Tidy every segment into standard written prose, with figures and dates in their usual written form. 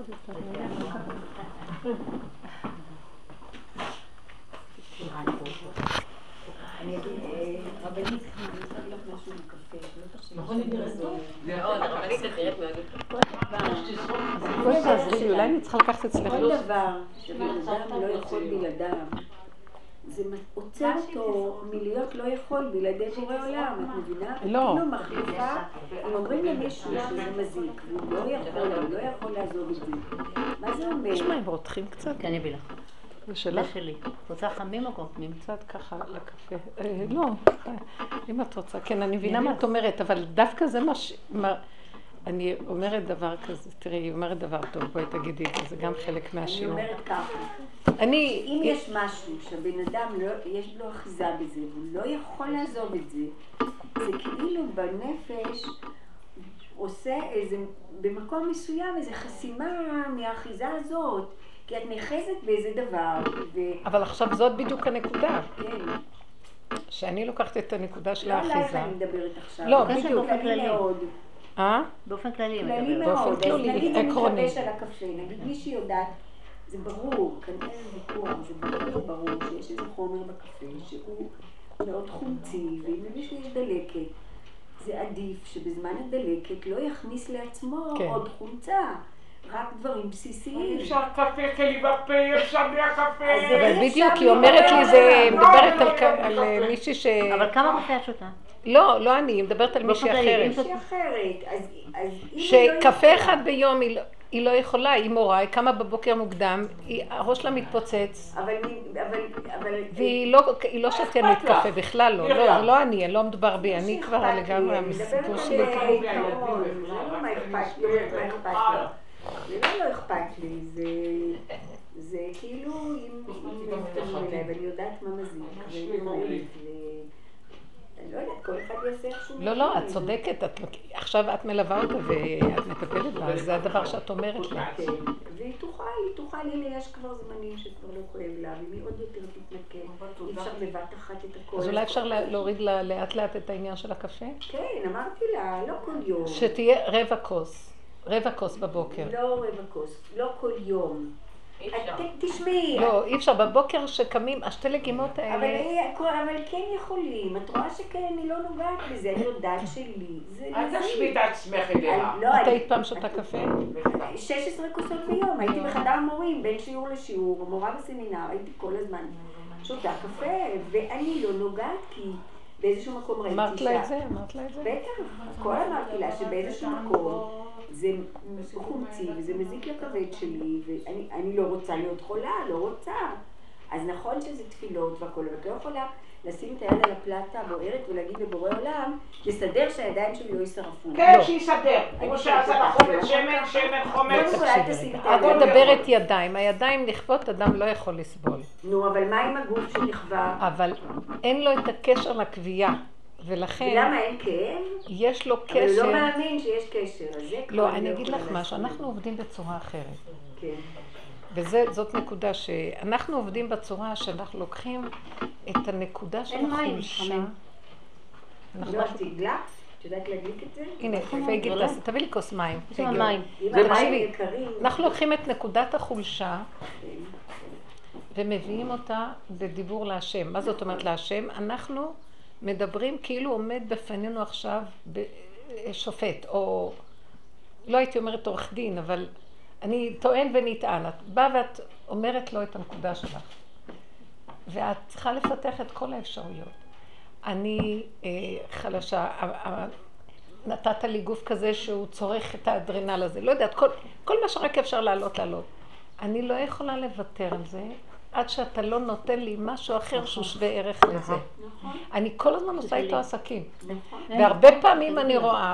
עוד יותר, אני יודע מה ככה. אני אגיד, רבנית, אני רוצה לך משהו מקפה, לא תחשבי מאוד, הרבנית אחרת מאוד. בואי תעזרי לי, אולי אני צריכה לקחת אצלך. כל דבר שבן אדם לא יכול בלעדיו, זה עוצר אותו מלהיות לא יכול בלעדי בורא עולם, את מבינה? לא. כאילו מחליפה, אם אומרים למישהו שזה מזיק, והוא לא יכול לעזוב את זה. מה זה אומר? יש מים רותחים קצת? כן, אני אביא לך. זה שלך? זה שלי. רוצה חמים או קופמים? קצת ככה לקפה. לא, אם את רוצה. כן, אני מבינה מה את אומרת, אבל דווקא זה מה... אני אומרת דבר כזה, תראי, היא אומרת דבר טוב, בואי תגידי את זה, זה גם חלק מהשיעור. אני אומרת ככה, אם יש משהו שהבן אדם יש לו אחיזה בזה, והוא לא יכול לעזוב את זה, זה כאילו בנפש עושה איזה, במקום מסוים, איזו חסימה מהאחיזה הזאת, כי את נחזת באיזה דבר. אבל עכשיו זאת בדיוק הנקודה. כן. שאני לוקחת את הנקודה של לא האחיזה. עלייך אני מדברת עכשיו. לא, בדיוק. כללי מאוד. באופן כללי. כללי מאוד. אז נגיד אני מתלבש על הקפה, נגיד מישהי יודעת, זה ברור, כנראה זה ויכוח, זה ברור שיש איזה חומר בקפה שהוא מאוד חומצי, ואם למישהו יש דלקת, זה עדיף שבזמן הדלקת לא יכניס לעצמו עוד חומצה. רק דברים בסיסיים. אפשר קפה כלי בפה, אפשר בלי הקפה. אבל בדיוק, היא אומרת לי, זה מדברת על מישהי ש... אבל כמה קפה את שותה? לא אני, היא מדברת על מישהי אחרת. מישהי אחרת. שקפה אחד ביום היא לא יכולה, היא מורה, היא קמה בבוקר מוקדם, הראש שלה מתפוצץ. והיא לא שתיינית קפה, בכלל לא. לא, זה לא אני לא מדובר בי, אני כבר לגמרי המסיפור שלי. לא אכפת לי, זה כאילו אם מתקרבים אליי ואני יודעת מה מזיק, אני לא יודעת, כל אחד יעשה איכשהו. לא, את צודקת, עכשיו את מלווה אותה ואת מטפלת בה, זה הדבר שאת אומרת לה. והיא תוכל, הנה יש כבר זמנים שכבר לא כואב לה, והיא עוד יותר תתנקה, אי אפשר בבת אחת את הכל. אז אולי אפשר להוריד לה לאט לאט את העניין של הקפה? כן, אמרתי לה, לא כל יום. שתהיה רבע כוס בבוקר. לא רבע כוס, לא כל יום. תשמעי. לא, אי אפשר, בבוקר שקמים, השתי לגימות האלה... אבל כן יכולים, את רואה שכן, אני לא נוגעת בזה, אני יודעת שלי. אל תשמי את עצמך אליה. את היית פעם שותה קפה? 16 כוסות ביום, הייתי בחדר מורים, בין שיעור לשיעור, מורה בסמינר, הייתי כל הזמן שותה קפה, ואני לא נוגעת כי באיזשהו מקום ראיתי אמרת לה את זה? בטח, הכל אמרתי לה שבאיזשהו מקום זה חומצי וזה מזיק לכבד שלי ואני לא רוצה להיות חולה, לא רוצה. אז נכון שזה תפילות והכל, אבל את לא יכולה לשים את היד על הפלטה הבוערת ולהגיד לבורא עולם, לסדר שהידיים שלי לא יישרפו. כן, שיסדר. כמו שעשה לחומץ, שמן, חומץ. את מדברת ידיים, הידיים נכוות אדם לא יכול לסבול. נו, אבל מה עם הגוף שנכווה? אבל אין לו את הקשר לקביעה. ולכן... ולמה אין כאב? יש לו קשר... אבל הוא לא מאמין שיש קשר, אז זה כבר... לא, אני אגיד לך משהו, אנחנו עובדים בצורה אחרת. כן. וזאת נקודה שאנחנו עובדים בצורה שאנחנו לוקחים את הנקודה של החולשה. לא, תגלה? את יודעת להגיד את זה? הנה, פייגל, תביא לי כוס מים. מים. אנחנו לוקחים את נקודת החולשה ומביאים אותה בדיבור להשם. מה זאת אומרת להשם? אנחנו מדברים כאילו עומד בפנינו עכשיו שופט, או לא הייתי אומרת עורך דין, אבל אני טוען ונטען. את באה ואת אומרת לו את הנקודה שלך. ואת צריכה לפתח את כל האפשרויות. אני חלשה, נתת לי גוף כזה שהוא צורך את האדרנל הזה. לא יודעת, כל מה שרק אפשר לעלות. אני לא יכולה לוותר על זה, עד שאתה לא נותן לי משהו אחר שהוא שווה ערך לזה. אני כל הזמן עושה איתו עסקים. והרבה פעמים אני רואה,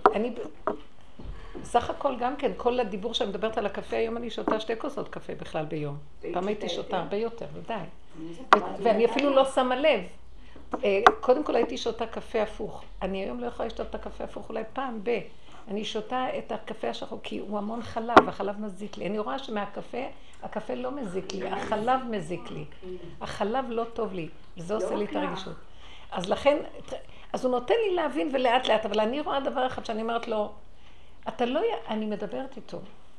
סך הכל גם כן, כל הדיבור שאני מדברת על הקפה, היום אני שותה 2 כוסות קפה בכלל ביום. פעם הייתי שותה הרבה יותר, ודאי. ואני אפילו לא שמה לב. קודם כל הייתי שותה קפה הפוך. אני היום לא יכולה לשתות את הקפה הפוך, אולי פעם אני שותה את הקפה השחור, כי הוא המון חלב, החלב מזיק לי. אני רואה שמהקפה, הקפה לא מזיק לי, החלב מזיק לי. החלב לא טוב לי, וזה עושה לי את הרגישות. אז לכן, אז הוא נותן לי להבין ולאט לאט, אבל אני רואה דבר אחד שאני אומרת לו, אתה לא, אני מדברת איתו,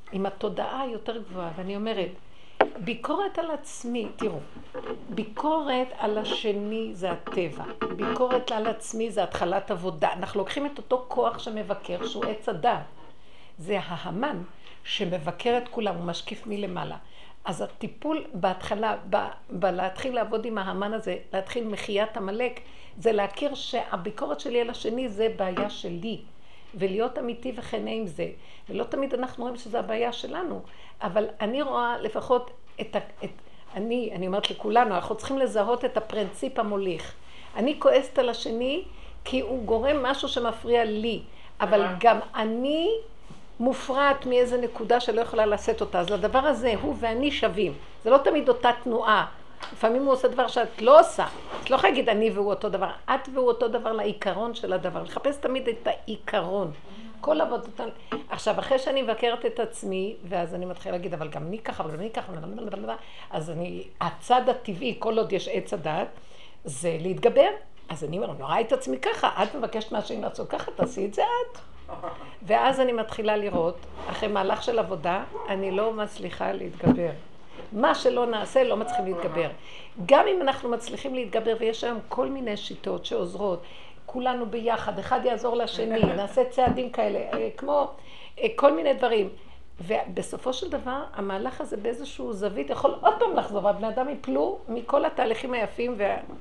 עם התודעה היותר גבוהה, ואני אומרת, ביקורת על עצמי, תראו, ביקורת על השני זה הטבע, ביקורת על עצמי זה התחלת עבודה. אנחנו לוקחים את אותו כוח שמבקר, שהוא עץ הדעת. זה ההמן שמבקר את כולם, הוא משקיף מלמעלה. אז הטיפול בהתחלה, בלהתחיל לעבוד עם ההמן הזה, להתחיל מחיית המלאק, זה להכיר שהביקורת שלי על השני זה בעיה שלי. ולהיות אמיתי וכנה עם זה. ולא תמיד אנחנו רואים שזה הבעיה שלנו, אבל אני רואה לפחות אני אומרת לכולנו, אנחנו צריכים לזהות את הפרינציפ המוליך. אני כועסת על השני כי הוא גורם משהו שמפריע לי, אבל גם אני מופרעת מאיזה נקודה שלא יכולה לשאת אותה. אז לדבר הזה הוא ואני שווים. זה לא תמיד אותה תנועה. לפעמים הוא עושה דבר שאת לא עושה. את לא יכולה להגיד אני והוא אותו דבר. את והוא אותו דבר לעיקרון של הדבר. לחפש תמיד את העיקרון. כל עבודות. עכשיו, אחרי שאני מבקרת את עצמי, ואז אני מתחילה להגיד, אבל גם אני ככה, אבל גם אני ככה, אז הצד הטבעי, כל עוד יש עץ הדעת, זה להתגבר. אז אני אומר, נורא את עצמי ככה, את מבקשת מהשני לעשות ככה, תעשי את זה את. ואז אני מתחילה לראות, אחרי מהלך של עבודה, אני לא מצליחה להתגבר. מה שלא נעשה, לא מצליחים להתגבר. גם אם אנחנו מצליחים להתגבר, ויש היום כל מיני שיטות שעוזרות, כולנו ביחד, אחד יעזור לשני, נעשה צעדים כאלה, כמו כל מיני דברים. ובסופו של דבר, המהלך הזה באיזשהו זווית יכול עוד פעם לחזור, הבני אדם יפלו מכל התהליכים היפים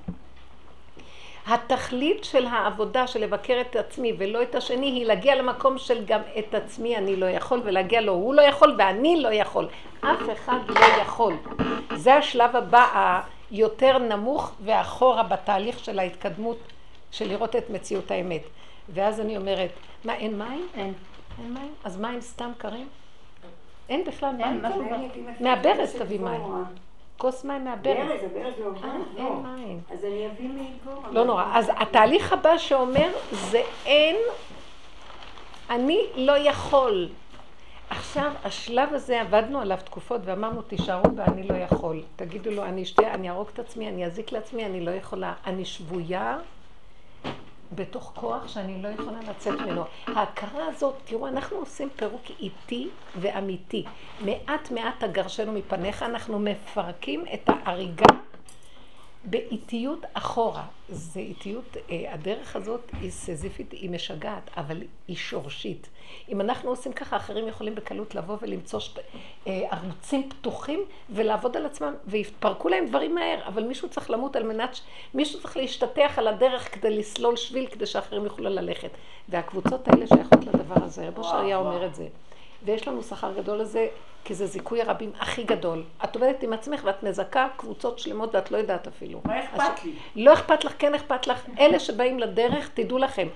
התכלית של העבודה של לבקר את עצמי ולא את השני היא להגיע למקום של גם את עצמי אני לא יכול ולהגיע לו הוא לא יכול ואני לא יכול. אף אחד לא יכול. זה השלב הבא היותר נמוך ואחורה בתהליך של ההתקדמות של לראות את מציאות האמת. ואז אני אומרת, מה אין מים? אין מים? אז מים סתם קרים? אין בכלל מים. מהברז תביא מים. כוס מים מהברז. הברז לא עובד. אין מים. אז אני אביא מעבור. לא נורא. אז התהליך הבא שאומר זה אין, אני לא יכול. עכשיו, השלב הזה עבדנו עליו תקופות ואמרנו תישארו ואני לא יכול. תגידו לו, אני אשתה, אני ארוג את עצמי, אני אזיק לעצמי, אני לא יכולה. אני שבויה בתוך כוח שאני לא יכולה לצאת ממנו. ההכרה הזאת, תראו, אנחנו עושים פירוק איטי ואמיתי. מעט מעט הגרשנו מפניך, אנחנו מפרקים את ההריגה באיטיות אחורה. זה איטיות, הדרך הזאת היא סזיפית, היא משגעת, אבל היא שורשית. אם אנחנו עושים ככה, אחרים יכולים בקלות לבוא ולמצוא ערוצים פתוחים ולעבוד על עצמם, ויפרקו להם דברים מהר, אבל מישהו צריך למות על מנת, מישהו צריך להשתתח על הדרך כדי לסלול שביל, כדי שאחרים יוכלו ללכת. והקבוצות האלה שייכות לדבר הזה, רבו שריה אומר את זה. ויש לנו שכר גדול לזה, כי זה זיכוי הרבים הכי גדול. את עובדת עם עצמך ואת מזכה קבוצות שלמות ואת לא יודעת אפילו. מה אכפת לי? לא אכפת לך, כן אכפת לך. אלה שבאים לדרך, תדעו לכם.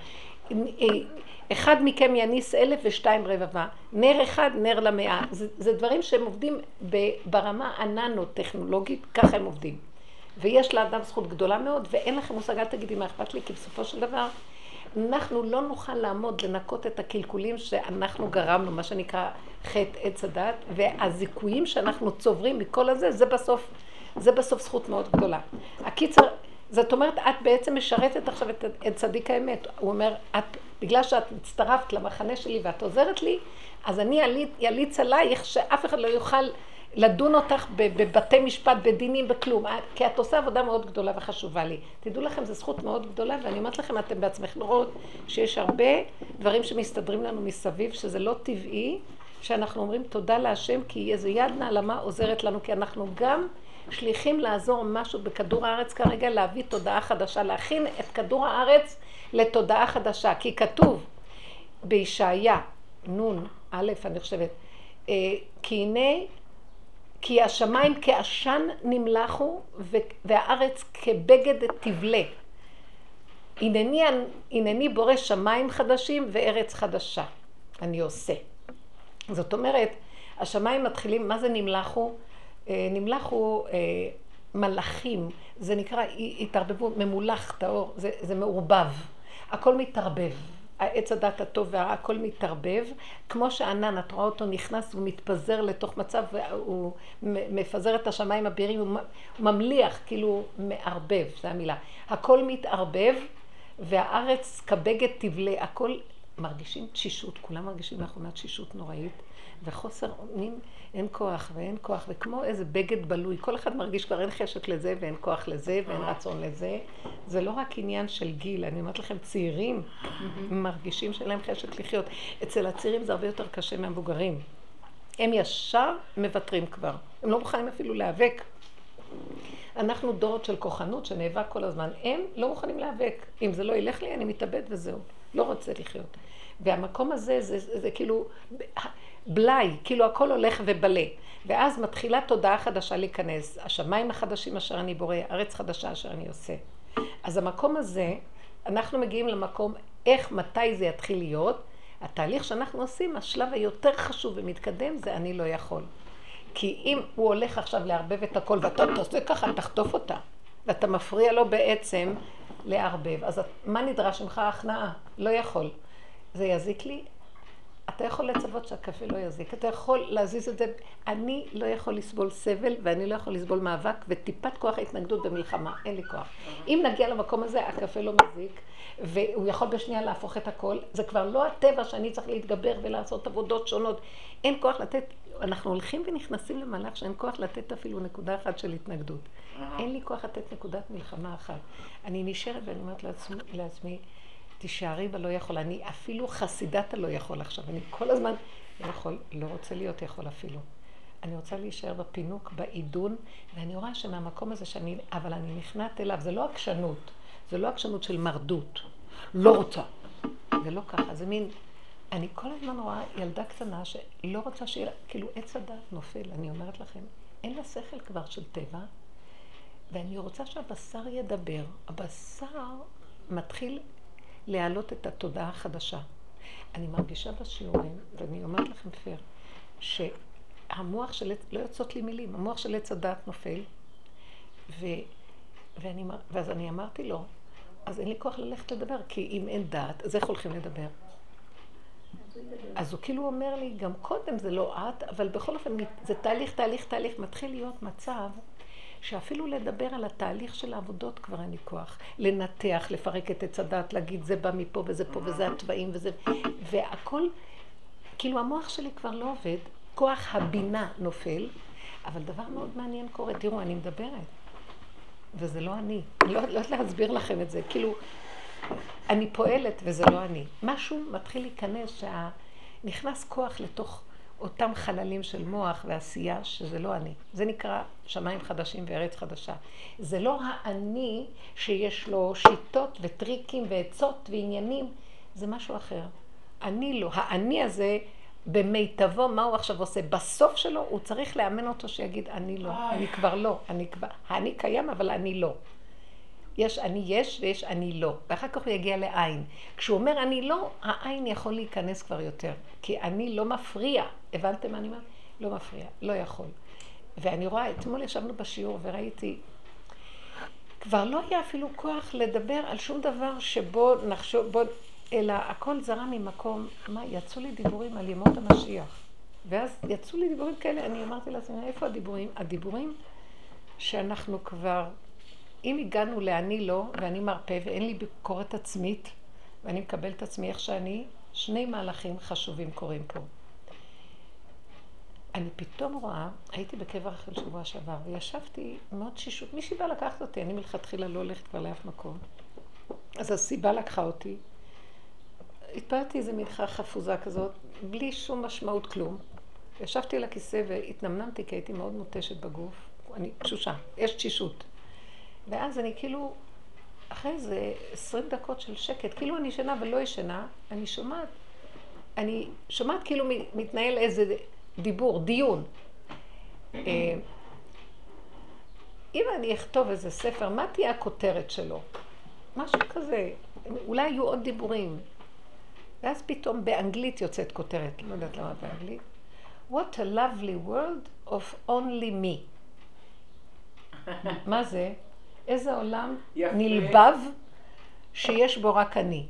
אחד מכם יניס 1,000 ו2 רבבה. נר אחד, נר למאה. זה דברים שהם עובדים ברמה הננו-טכנולוגית, ככה הם עובדים. ויש לאדם זכות גדולה מאוד, ואין לכם מושג, אל תגידי מה אכפת לי, כי בסופו של דבר, אנחנו לא נוכל לעמוד לנקות את הקלקולים שאנחנו גרמנו, מה שנקרא חטא עץ הדת, והזיכויים שאנחנו צוברים מכל הזה, זה בסוף זכות מאוד גדולה. הקיצר, זאת אומרת, את בעצם משרתת עכשיו את צדיק האמת. הוא אומר, בגלל שאת מצטרפת למחנה שלי ואת עוזרת לי, אז אני אליץ עלייך שאף אחד לא יוכל לדון אותך בבתי משפט, בדינים, בכלום, כי את עושה עבודה מאוד גדולה וחשובה לי. תדעו לכם, זו זכות מאוד גדולה, ואני אומרת לכם, אתם בעצמך לראות שיש הרבה דברים שמסתדרים לנו מסביב, שזה לא טבעי, שאנחנו אומרים תודה להשם, כי איזו יד נעלמה עוזרת לנו, כי אנחנו גם שליחים לעזור משהו בכדור הארץ כרגע, להביא תודעה חדשה, להכין את כדור הארץ לתודעה חדשה, כי כתוב בישעיה, נון, א', אני חושבת, כי השמיים כעשן נמלחו והארץ כבגד תבלה. הנני בורא שמיים חדשים וארץ חדשה. אני עושה. זאת אומרת, השמיים מתחילים, מה זה נמלחו? נמלחו מלאכים, זה נקרא התערבבו, ממולח, טהור, זה מעורבב. הכל מתערבב. העץ הדת הטוב והרע, הכל מתערבב, כמו שענן, את רואה אותו נכנס, הוא מתפזר לתוך מצב, הוא מפזר את השמיים הבירים, הוא ממליח, כאילו מערבב, זו המילה. הכל מתערבב, והארץ כבגד תבלה, הכל מרגישים תשישות, כולם מרגישים לאחרונה תשישות נוראית, וחוסר אונים, אין כוח ואין כוח, וכמו איזה בגד בלוי, כל אחד מרגיש כבר אין חשק לזה ואין כוח לזה ואין רצון לזה. זה לא רק עניין של גיל, אני אומרת לכם, צעירים מרגישים שאין להם חשק לחיות. אצל הצעירים זה הרבה יותר קשה מהמבוגרים. הם ישר מוותרים כבר, הם לא מוכנים אפילו להיאבק. אנחנו דורות של כוחנות שנאבק כל הזמן, הם לא מוכנים להיאבק. אם זה לא ילך לי, אני מתאבד וזהו, לא רוצה לחיות. והמקום הזה זה כאילו בלי, כאילו הכל הולך ובלה. ואז מתחילה תודעה חדשה להיכנס, השמיים החדשים אשר אני בורא, ארץ חדשה אשר אני עושה. אז המקום הזה, אנחנו מגיעים למקום, איך, מתי זה יתחיל להיות, התהליך שאנחנו עושים, השלב היותר חשוב ומתקדם, זה אני לא יכול. כי אם הוא הולך עכשיו לערבב את הכל, ואתה תעשה ככה, תחטוף אותה, ואתה מפריע לו בעצם לערבב, אז מה נדרש ממך? ההכנעה, לא יכול. זה יזיק לי? אתה יכול לצוות שהקפה לא יזיק, אתה יכול להזיז את זה, אני לא יכול לסבול סבל, ואני לא יכול לסבול מאבק, וטיפת כוח ההתנגדות במלחמה, אין לי כוח. אם נגיע למקום הזה, הקפה לא מזיק, והוא יכול בשנייה להפוך את הכל, זה כבר לא הטבע שאני צריך להתגבר ולעשות עבודות שונות. אין כוח לתת, אנחנו הולכים ונכנסים למהלך שאין כוח לתת אפילו נקודה אחת של התנגדות. אין לי כוח לתת נקודת מלחמה אחת. אני נשארת ואני אומרת לעצמי, תישארי ולא יכול, אני אפילו חסידת הלא יכול עכשיו, אני כל הזמן לא יכול, לא רוצה להיות יכול אפילו. אני רוצה להישאר בפינוק, בעידון, ואני רואה שמהמקום הזה אבל אני נכנעת אליו, זה לא עקשנות, זה לא עקשנות של מרדות, לא רוצה. זה לא ככה, זה מין, אני כל הזמן רואה ילדה קטנה שלא רוצה שיהיה, כאילו עץ הדעת נופל, אני אומרת לכם, אין לה שכל כבר של טבע, ואני רוצה שהבשר ידבר, הבשר מתחיל להעלות את התודעה החדשה. אני מרגישה בשיעורים, ואני אומרת לכם פר, שהמוח של, לא יוצאות לי מילים, המוח של עץ הדעת נופל, ואז אני אמרתי לו, אז אין לי כוח ללכת לדבר, כי אם אין דעת, אז איך הולכים לדבר? אז הוא כאילו אומר לי, גם קודם זה לא את, אבל בכל אופן זה תהליך, מתחיל להיות מצב, שאפילו לדבר על התהליך של העבודות כבר אין לי כוח. לנתח, לפרק את עץ הדעת, להגיד זה בא מפה וזה פה וזה הטבעים וזה... והכל, כאילו המוח שלי כבר לא עובד, כוח הבינה נופל, אבל דבר מאוד מעניין קורה. תראו, אני מדברת, וזה לא אני. אני לא יודעת להסביר לכם את זה. כאילו, אני פועלת וזה לא אני. משהו מתחיל להיכנס שנכנס כוח לתוך אותם חללים של מוח ועשייה, שזה לא אני. זה נקרא שמיים חדשים וארץ חדשה. זה לא האני שיש לו שיטות וטריקים ועצות ועניינים, זה משהו אחר. אני לא. האני הזה, במיטבו, מה הוא עכשיו עושה? בסוף שלו הוא צריך לאמן אותו שיגיד, אני לא, אני כבר לא. אני קיים, אבל אני לא. יש אני יש ויש אני לא. ואחר כך הוא יגיע לעין. כשהוא אומר אני לא, העין יכול להיכנס כבר יותר. כי אני לא מפריע. הבנתם מה אני אומרת? לא מפריע, לא יכול. ואני רואה, אתמול ישבנו בשיעור וראיתי, כבר לא היה אפילו כוח לדבר על שום דבר שבו נחשוב, אלא הכל זרה ממקום, מה, יצאו לי דיבורים על ימות המשיח. ואז יצאו לי דיבורים כאלה, אני אמרתי לעצמי, איפה הדיבורים? הדיבורים שאנחנו כבר, אם הגענו לאני לא, ואני מרפא ואין לי ביקורת עצמית, ואני מקבל את עצמי איך שאני, שני מהלכים חשובים קורים פה. אני פתאום רואה, הייתי בקבר רחל שבוע שעבר, וישבתי מאוד שישות, מישהי באה לקחת אותי, אני מלכתחילה לא הולכת כבר לאף מקום. אז הסיבה לקחה אותי, התפעלתי איזה מנחה חפוזה כזאת, בלי שום משמעות כלום. ישבתי על הכיסא והתנמנמתי, כי הייתי מאוד מוטשת בגוף, אני תשושה, יש תשישות. ואז אני כאילו, אחרי איזה 20 דקות של שקט, כאילו אני ישנה ולא ישנה, אני שומעת כאילו מתנהל איזה דיבור, דיון. אם אני אכתוב איזה ספר, מה תהיה הכותרת שלו? משהו כזה, אולי יהיו עוד דיבורים. ואז פתאום באנגלית יוצאת כותרת, לא יודעת למה באנגלית. What a lovely world of only me. מה זה? איזה עולם נלבב שיש בו רק אני.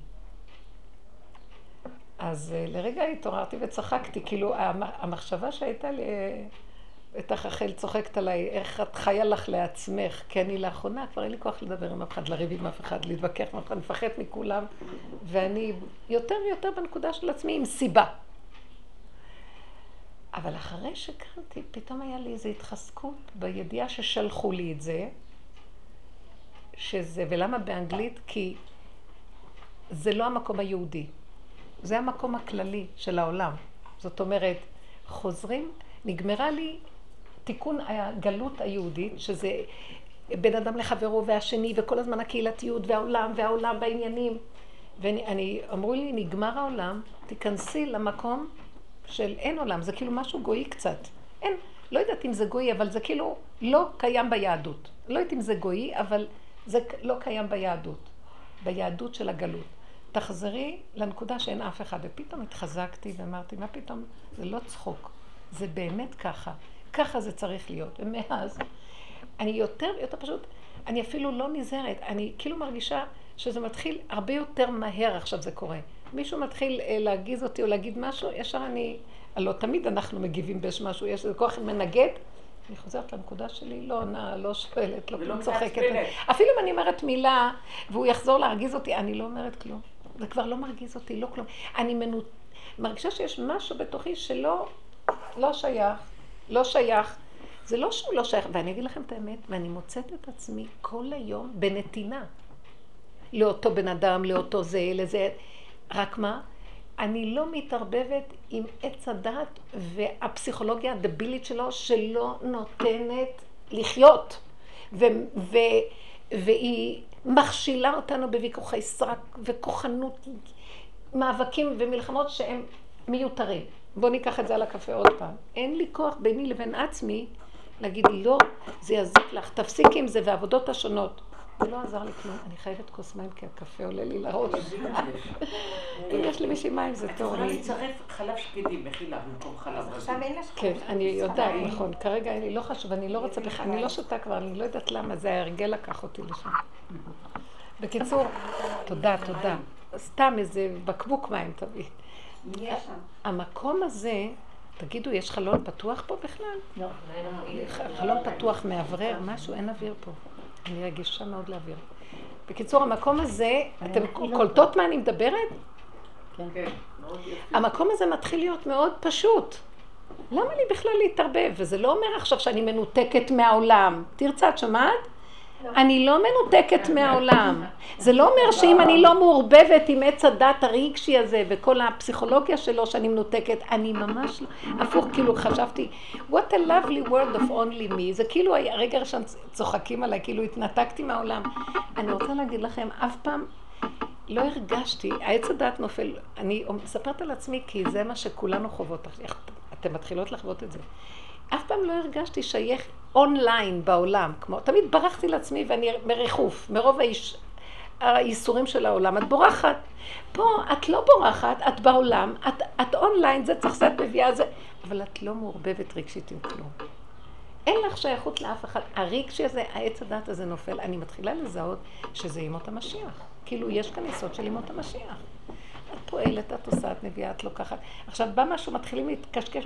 אז לרגע התעוררתי וצחקתי, כאילו המחשבה שהייתה לי, בטח רחל צוחקת עליי, איך את חיה לך לעצמך, כי אני לאחרונה כבר אין לי כוח לדבר עם אף אחד, לריב עם אף אחד, להתווכח עם אף אחד, מפחד מכולם, ואני יותר ויותר בנקודה של עצמי עם סיבה. אבל אחרי שקראתי, פתאום היה לי איזו התחזקות בידיעה ששלחו לי את זה, ולמה באנגלית? כי זה לא המקום היהודי, זה המקום הכללי של העולם. זאת אומרת, חוזרים, נגמרה לי תיקון הגלות היהודית, שזה בין אדם לחברו והשני, וכל הזמן הקהילתיות והעולם בעניינים. אמרו לי, נגמר העולם, תיכנסי למקום של אין עולם, זה כאילו משהו גוי קצת. אין, לא יודעת אם זה גוי, אבל זה כאילו לא קיים ביהדות. לא יודעת אם זה גוי, אבל זה לא קיים ביהדות של הגלות. תחזרי לנקודה שאין אף אחד, ופתאום התחזקתי ואמרתי, מה פתאום? זה לא צחוק, זה באמת ככה. ככה זה צריך להיות. ומאז, אני יותר פשוט, אני אפילו לא נזהרת, אני כאילו מרגישה שזה מתחיל הרבה יותר מהר עכשיו זה קורה. מישהו מתחיל להגיז אותי או להגיד משהו, ישר לא תמיד אנחנו מגיבים באיש משהו, יש איזה כוח מנגד, אני חוזרת לנקודה שלי, לא עונה, לא שואלת, לא צוחקת. אפילו אם אני אומרת מילה והוא יחזור להרגיז אותי, אני לא אומרת כלום. זה כבר לא מרגיז אותי, לא כלום. אני מרגישה שיש משהו בתוכי שלא שייך. זה לא שהוא לא שייך, ואני אגיד לכם את האמת, ואני מוצאת את עצמי כל היום בנתינה. לאותו בן אדם, לאותו זה, לזה. רק מה? אני לא מתערבבת עם עץ הדת והפסיכולוגיה הדבילית שלו, שלא נותנת לחיות. והיא מכשילה אותנו בוויכוחי סרק וכוחנות, מאבקים ומלחמות שהם מיותרים. בואו ניקח את זה על הקפה עוד פעם. אין לי כוח ביני לבין עצמי להגיד לא, זה יזיק לך, תפסיק עם זה והעבודות השונות. זה לא עזר לי כלום, אני חייבת כוס מים כי הקפה עולה לי לראש. אם יש לי מישהי מים זה טוב. את יכולה לצרף חלב שקדי, מחילה, במקום חלב רזי. עכשיו אין לה שקדי. כן, אני יודעת, נכון. כרגע אני לא חשוב, אני לא רוצה בכלל, אני לא שותה כבר, אני לא יודעת למה, זה ההרגל לקח אותי לשם. בקיצור, תודה. סתם איזה בקבוק מים תביא. יש שם. המקום הזה, תגידו, יש חלון פתוח פה בכלל? לא. חלון פתוח מאוורר, משהו, אין אוויר פה. אני רגישה מאוד לאוויר. בקיצור, המקום הזה, אתם קולטות מה אני מדברת? כן. המקום הזה מתחיל להיות מאוד פשוט. למה לי בכלל להתערבב? וזה לא אומר עכשיו שאני מנותקת מהעולם. תרצה, את שמעת? אני לא מנותקת מהעולם. זה לא אומר שאם אני לא מעורבבת עם עץ הדת הרגשי הזה וכל הפסיכולוגיה שלו שאני מנותקת, אני ממש הפוך, כאילו חשבתי, what a lovely world of only me. זה כאילו הרגע הראשון צוחקים עליי, כאילו התנתקתי מהעולם. אני רוצה להגיד לכם, אף פעם לא הרגשתי, העץ הדת נופל, אני מספרת על עצמי כי זה מה שכולנו חוות, אתם מתחילות לחוות את זה. אף פעם לא הרגשתי שייך אונליין בעולם, כמו, תמיד ברחתי לעצמי ואני מריחוף, מרוב האיסורים של העולם, את בורחת. פה את לא בורחת, את בעולם, את אונליין, זה צריך שאת מביאה זה, אבל את לא מעורבבת רגשית עם כלום. אין לך שייכות לאף אחד. הרגשי הזה, העץ הדת הזה נופל, אני מתחילה לזהות שזה ימות המשיח. כאילו יש כאן יסוד של ימות המשיח. את פועלת, את עושה, את נביאה, את לוקחת. עכשיו בא משהו, מתחילים להתקשקש,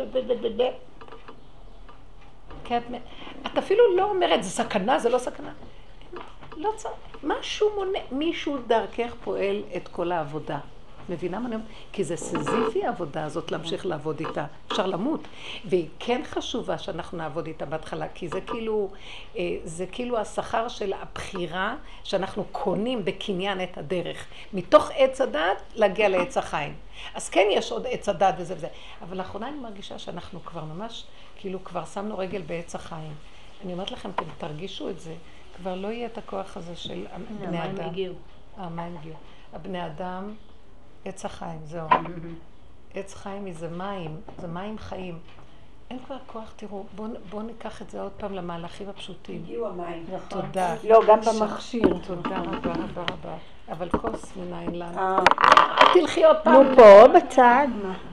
את אפילו לא אומרת, זה סכנה, זה לא סכנה. לא צריך, משהו מונה, מישהו דרכך פועל את כל העבודה. מבינה מה אני אומרת? כי זה סזיפי העבודה הזאת להמשיך לעבוד איתה. אפשר למות. והיא כן חשובה שאנחנו נעבוד איתה בהתחלה, כי זה כאילו השכר של הבחירה שאנחנו קונים בקניין את הדרך. מתוך עץ הדת להגיע לעץ החיים. אז כן יש עוד עץ הדת וזה וזה. אבל לאחרונה אני מרגישה שאנחנו כבר ממש, כאילו כבר שמנו רגל בעץ החיים. אני אומרת לכם, אתם תרגישו את זה. כבר לא יהיה את הכוח הזה של בני אדם. המים הגיעו. המים הגיעו. הבני אדם, עץ החיים, זהו. עץ חיים זה מים, זה מים חיים. אין כבר כוח, תראו, בואו ניקח את זה עוד פעם למהלכים הפשוטים. הגיעו המים. תודה. לא, גם במכשיר. תודה רבה. אבל כוס מנין לנו. תלכי עוד פעם. נו, פה בצד.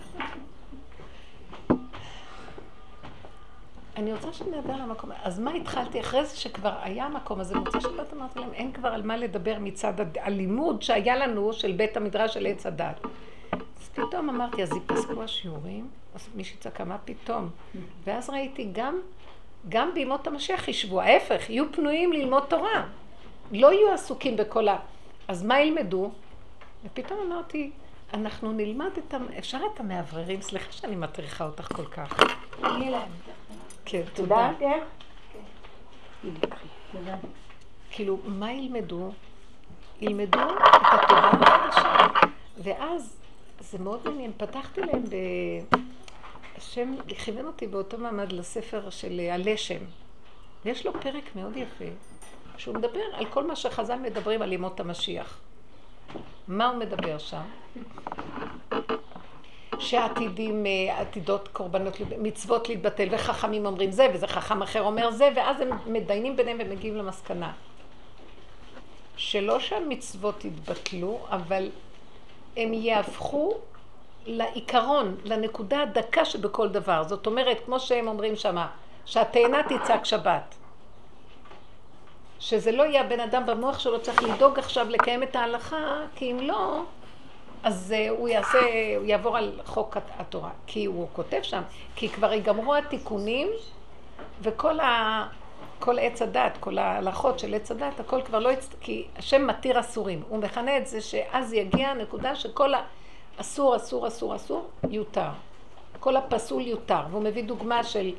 אני רוצה שנדבר על המקום. אז מה התחלתי? אחרי זה שכבר היה המקום הזה, מוצא שבת אמרתי להם, אין כבר על מה לדבר מצד הלימוד שהיה לנו של בית המדרש של עץ הדת. פתאום אמרתי, אז ייפסקו השיעורים? אז מישהי צעקה, מה פתאום? ואז ראיתי גם בימות המשיח ישבו, ההפך, יהיו פנויים ללמוד תורה. לא יהיו עסוקים בכל אז מה ילמדו? ופתאום אמרתי, אנחנו נלמד אפשר את המאווררים, סליחה שאני מטריחה אותך כל כך. כן, תודה. תודה. כאילו, מה ילמדו? ילמדו את התורה החדשה. ואז, זה מאוד מעניין, פתחתי להם השם כיוון אותי באותו מעמד לספר של הלשם. ויש לו פרק מאוד יפה, שהוא מדבר על כל מה שחז"ל מדברים על ימות המשיח. מה הוא מדבר שם? שעתידות קורבנות, מצוות להתבטל, וחכמים אומרים זה, וזה חכם אחר אומר זה, ואז הם מדיינים ביניהם ומגיעים למסקנה. שלא שהמצוות יתבטלו, אבל הם יהפכו לעיקרון, לנקודה הדקה שבכל דבר. זאת אומרת, כמו שהם אומרים שמה, שהתאנה תצעק שבת. שזה לא יהיה בן אדם במוח שלו צריך לדאוג עכשיו לקיים את ההלכה, כי אם לא, אז הוא יעבור על חוק התורה. כי הוא כותב שם, כי כבר ייגמרו התיקונים, וכל עץ הדת, כל ההלכות של עץ הדת, הכל כבר לא כי השם מתיר אסורים. הוא מכנה את זה שאז יגיע הנקודה שכל אסור, אסור, אסור, אסור, יותר. כל הפסול יותר. והוא מביא דוגמה של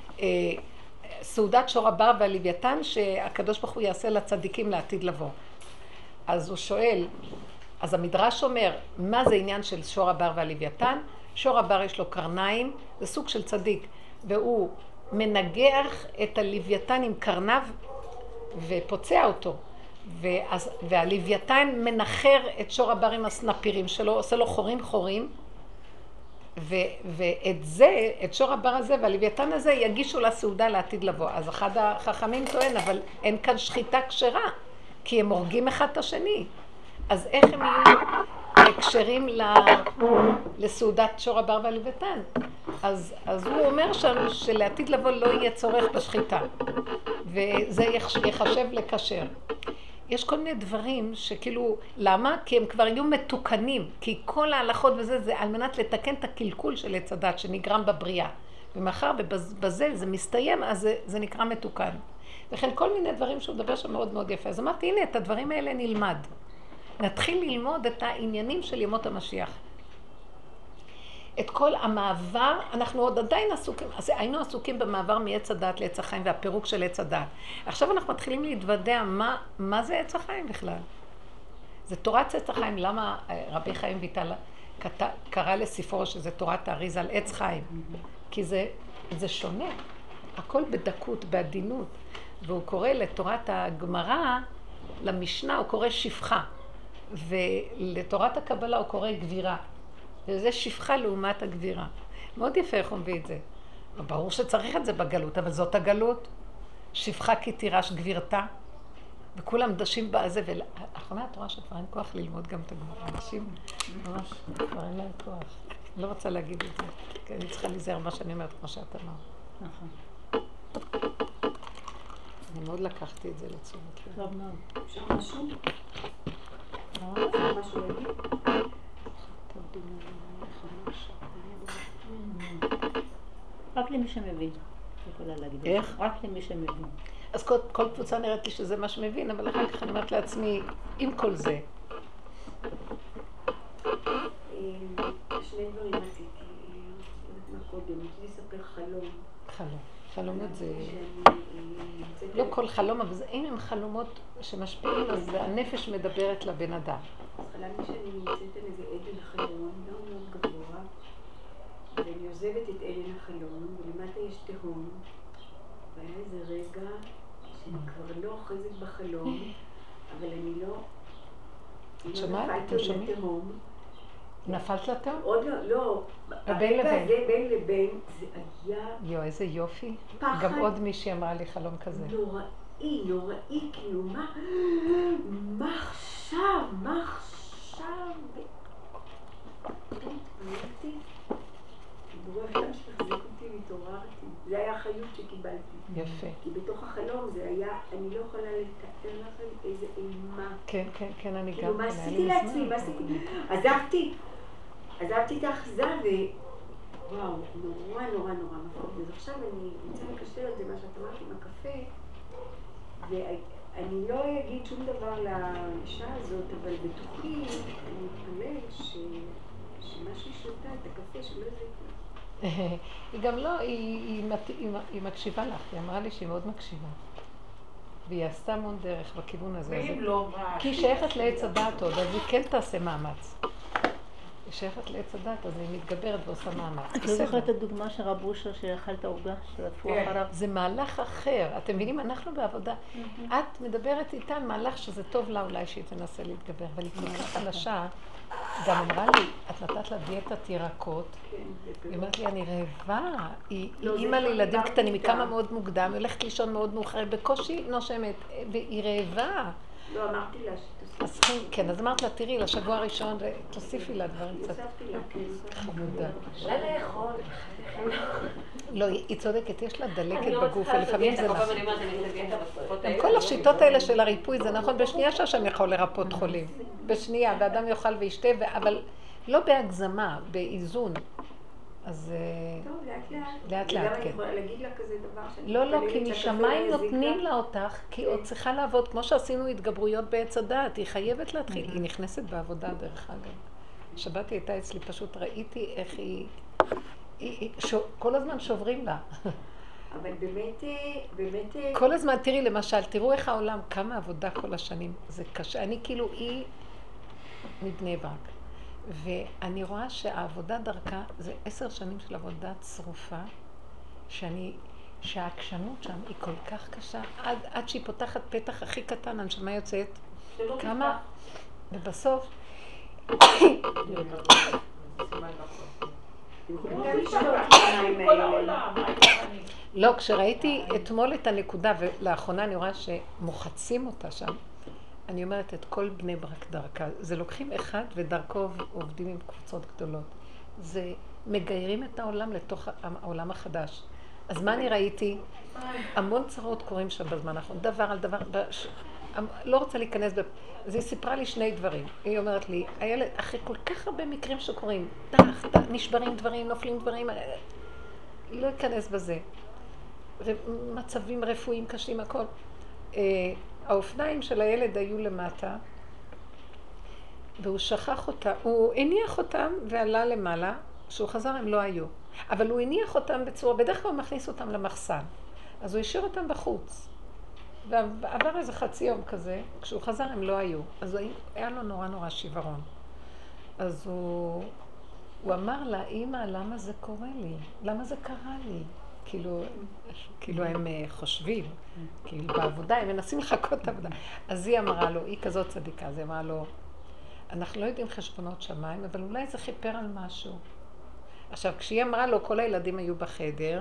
סעודת שור הבר והלוויתן, שהקדוש ברוך הוא יעשה לצדיקים לעתיד לבוא. אז הוא שואל, אז המדרש אומר, מה זה עניין של שור הבר והלוויתן? שור הבר יש לו קרניים, זה סוג של צדיק, והוא מנגח את הלוויתן עם קרניו ופוצע אותו. והלוויתן מנחר את שור הבר עם הסנפירים שלו, עושה לו חורים, ואת זה, את שור הבר הזה והלוויתן הזה יגישו לסעודה לעתיד לבוא. אז אחד החכמים טוען, אבל אין כאן שחיטה כשרה, כי הם הורגים אחד את השני. אז איך הם יהיו קשרים לסעודת שור הבר והלוויתן? אז הוא אומר שם שלעתיד לבוא לא יהיה צורך בשחיטה, וזה יחשב לקשר. יש כל מיני דברים שכאילו, למה? כי הם כבר יהיו מתוקנים, כי כל ההלכות וזה, זה על מנת לתקן את הקלקול של עץ הדת שנגרם בבריאה. ומאחר ובזה זה מסתיים, אז זה נקרא מתוקן. וכן כל מיני דברים שהוא מדבר שם מאוד מאוד יפה. אז אמרתי, הנה, את הדברים האלה נלמד. נתחיל ללמוד את העניינים של ימות המשיח. את כל המעבר, אנחנו עוד עדיין עסוקים, אז היינו עסוקים במעבר מעץ הדת לעץ החיים והפירוק של עץ הדת. עכשיו אנחנו מתחילים להתוודע מה זה עץ החיים בכלל. זה תורת עץ החיים, למה רבי חיים ויטל קרא לספרו שזה תורת האריזה על עץ חיים? כי זה שונה, הכל בדקות, בעדינות, והוא קורא לתורת הגמרא, למשנה הוא קורא שפחה, ולתורת הקבלה הוא קורא גבירה. וזה שפחה לעומת הגבירה. מאוד יפה איך הוא מביא את זה. ברור שצריך את זה בגלות, אבל זאת הגלות. שפחה כי תירש גבירתה, וכולם דשים בזה, ולאחרונה התורה שכבר אין כוח ללמוד גם את הגמרא. אנשים ממש כבר אין להם כוח. אני לא רוצה להגיד את זה, כי אני צריכה להיזהר מה שאני אומרת, כמו שאת אמרת. נכון. אני מאוד לקחתי את זה לתשומת לב. טוב מאוד. אפשר משהו? אפשר משהו להגיד? רק למי שמבין. יכולה להגיד. איך? רק למי שמבין. אז כל קבוצה נראית לי שזה מה שמבין, אבל אחר כך אני אומרת לעצמי, עם כל זה. שני דברים רציתי, קודם, רציתי לספר חלום. חלומות זה... לא כל חלום, אבל אם הם חלומות שמשפיעים, אז הנפש מדברת לבן אדם. אז חלמתי שאני נמצאת על איזה עדן חלום, מאוד מאוד גבוה, ואני עוזבת את עדן החלום, ולמטה יש תהום, והיה איזה רגע שאני כבר לא אוחזת בחלום, אבל אני לא... את שומעת? אתם שומעים? נפלת לתהום? עוד לא. בין לבין. זה בין לבין, זה היה... יו, איזה יופי. פחד. גם עוד מישהי אמרה לי חלום כזה. נוראי, כאילו, מה עכשיו? התפללתי, ברוח שם שתחזיק אותי והתעוררתי. זה היה החיות שקיבלתי. יפה. כי בתוך החלום זה היה, אני לא יכולה לתאר לכם איזה אימה. כן, אני גם. כאילו, מה עשיתי לעצמי? עזבתי עזבתי את האחזה וואו, נורא מפחיד. אז עכשיו אני רוצה לקשר את זה, מה שאת אמרת עם הקפה, ואני לא אגיד שום דבר לאישה הזאת, אבל בתוכי אני מתפלל שמשהו שותה את הקפה שלא יזיק לה. היא גם לא, היא מקשיבה לך, היא אמרה לי שהיא מאוד מקשיבה. והיא עשתה המון דרך בכיוון הזה. ואם לא, כי היא שייכת לעץ הדעת עוד, אז היא כן תעשה מאמץ. היא שייכת לעץ הדת, אז היא מתגברת ועושה מאמץ. את לא זוכרת את הדוגמה של רב אושר שאכל את העוגה, שרדפו אחריו? זה מהלך אחר. אתם מבינים, אנחנו בעבודה. את מדברת איתה מהלך שזה טוב לה אולי שהיא תנסה להתגבר, אבל היא כל כך חלשה. גם אמרה לי, את נתת לה דיאטת ירקות, היא אומרת לי, אני רעבה. היא אימא לילדים קטנים, היא קמה מאוד מוקדם, היא הולכת לישון מאוד מאוחר, בקושי נושמת, והיא רעבה. לא, אמרתי לה שתוסיף. כן, אז אמרת לה, תראי, לשבוע הראשון, תוסיפי לה דברים קצת. הוספתי לה, כן. חמודה. לא לאכול. לא, היא צודקת, יש לה דלקת בגוף, ולפעמים זה נכון. נכון. כל השיטות האלה של הריפוי, זה נכון, בשנייה שהשם יכול לרפות חולים. בשנייה, ואדם יאכל וישתה, אבל לא בהגזמה, באיזון. אז טוב, לאט לאט, וגם כן. אני יכולה להגיד לה כזה דבר שאני לא, כי מתפללת משמיים שהקפה לא נותנים יזיק לה אותך, כי עוד צריכה לעבוד, כמו שעשינו התגברויות בעץ הדעת, היא חייבת להתחיל, היא נכנסת בעבודה דרך אגב. שבת היא הייתה אצלי, פשוט ראיתי איך כל הזמן שוברים לה. אבל באמת... כל הזמן, תראי למשל, תראו איך העולם, כמה עבודה כל השנים, זה קשה, אני כאילו היא מבני ברק. ואני רואה שהעבודה דרכה זה 10 שנים של עבודה צרופה, שהעקשנות שם היא כל כך קשה, עד שהיא פותחת פתח הכי קטן, הנשמה יוצאת, כמה, ובסוף, לא, כשראיתי אתמול את הנקודה, ולאחרונה אני רואה שמוחצים אותה שם, אני אומרת את כל בני ברק דרכה, זה לוקחים אחד ודרכו עובדים עם קבוצות גדולות. זה מגיירים את העולם לתוך העולם החדש. אז מה אני ראיתי? המון צרות קורים שם בזמן האחרון, דבר על דבר, לא רוצה להיכנס, אז היא סיפרה לי 2 דברים. היא אומרת לי, הילד, אחרי כל כך הרבה מקרים שקורים, נשברים דברים, נופלים דברים, לא אכנס בזה. מצבים רפואיים קשים, הכל. האופניים של הילד היו למטה, והוא שכח אותה, הוא הניח אותם ועלה למעלה, כשהוא חזר הם לא היו. אבל הוא הניח אותם בצורה, בדרך כלל הוא מכניס אותם למחסן, אז הוא השאיר אותם בחוץ. ועבר איזה חצי יום כזה, כשהוא חזר הם לא היו, אז היה לו נורא שברון. אז הוא אמר לה, אמא, למה זה קורה לי? למה זה קרה לי? כאילו הם חושבים, כאילו בעבודה, הם מנסים לחכות את העבודה. אז היא אמרה לו, היא כזאת צדיקה, אז היא אמרה לו, אנחנו לא יודעים חשבונות שמיים, אבל אולי זה חיפר על משהו. עכשיו, כשהיא אמרה לו, כל הילדים היו בחדר,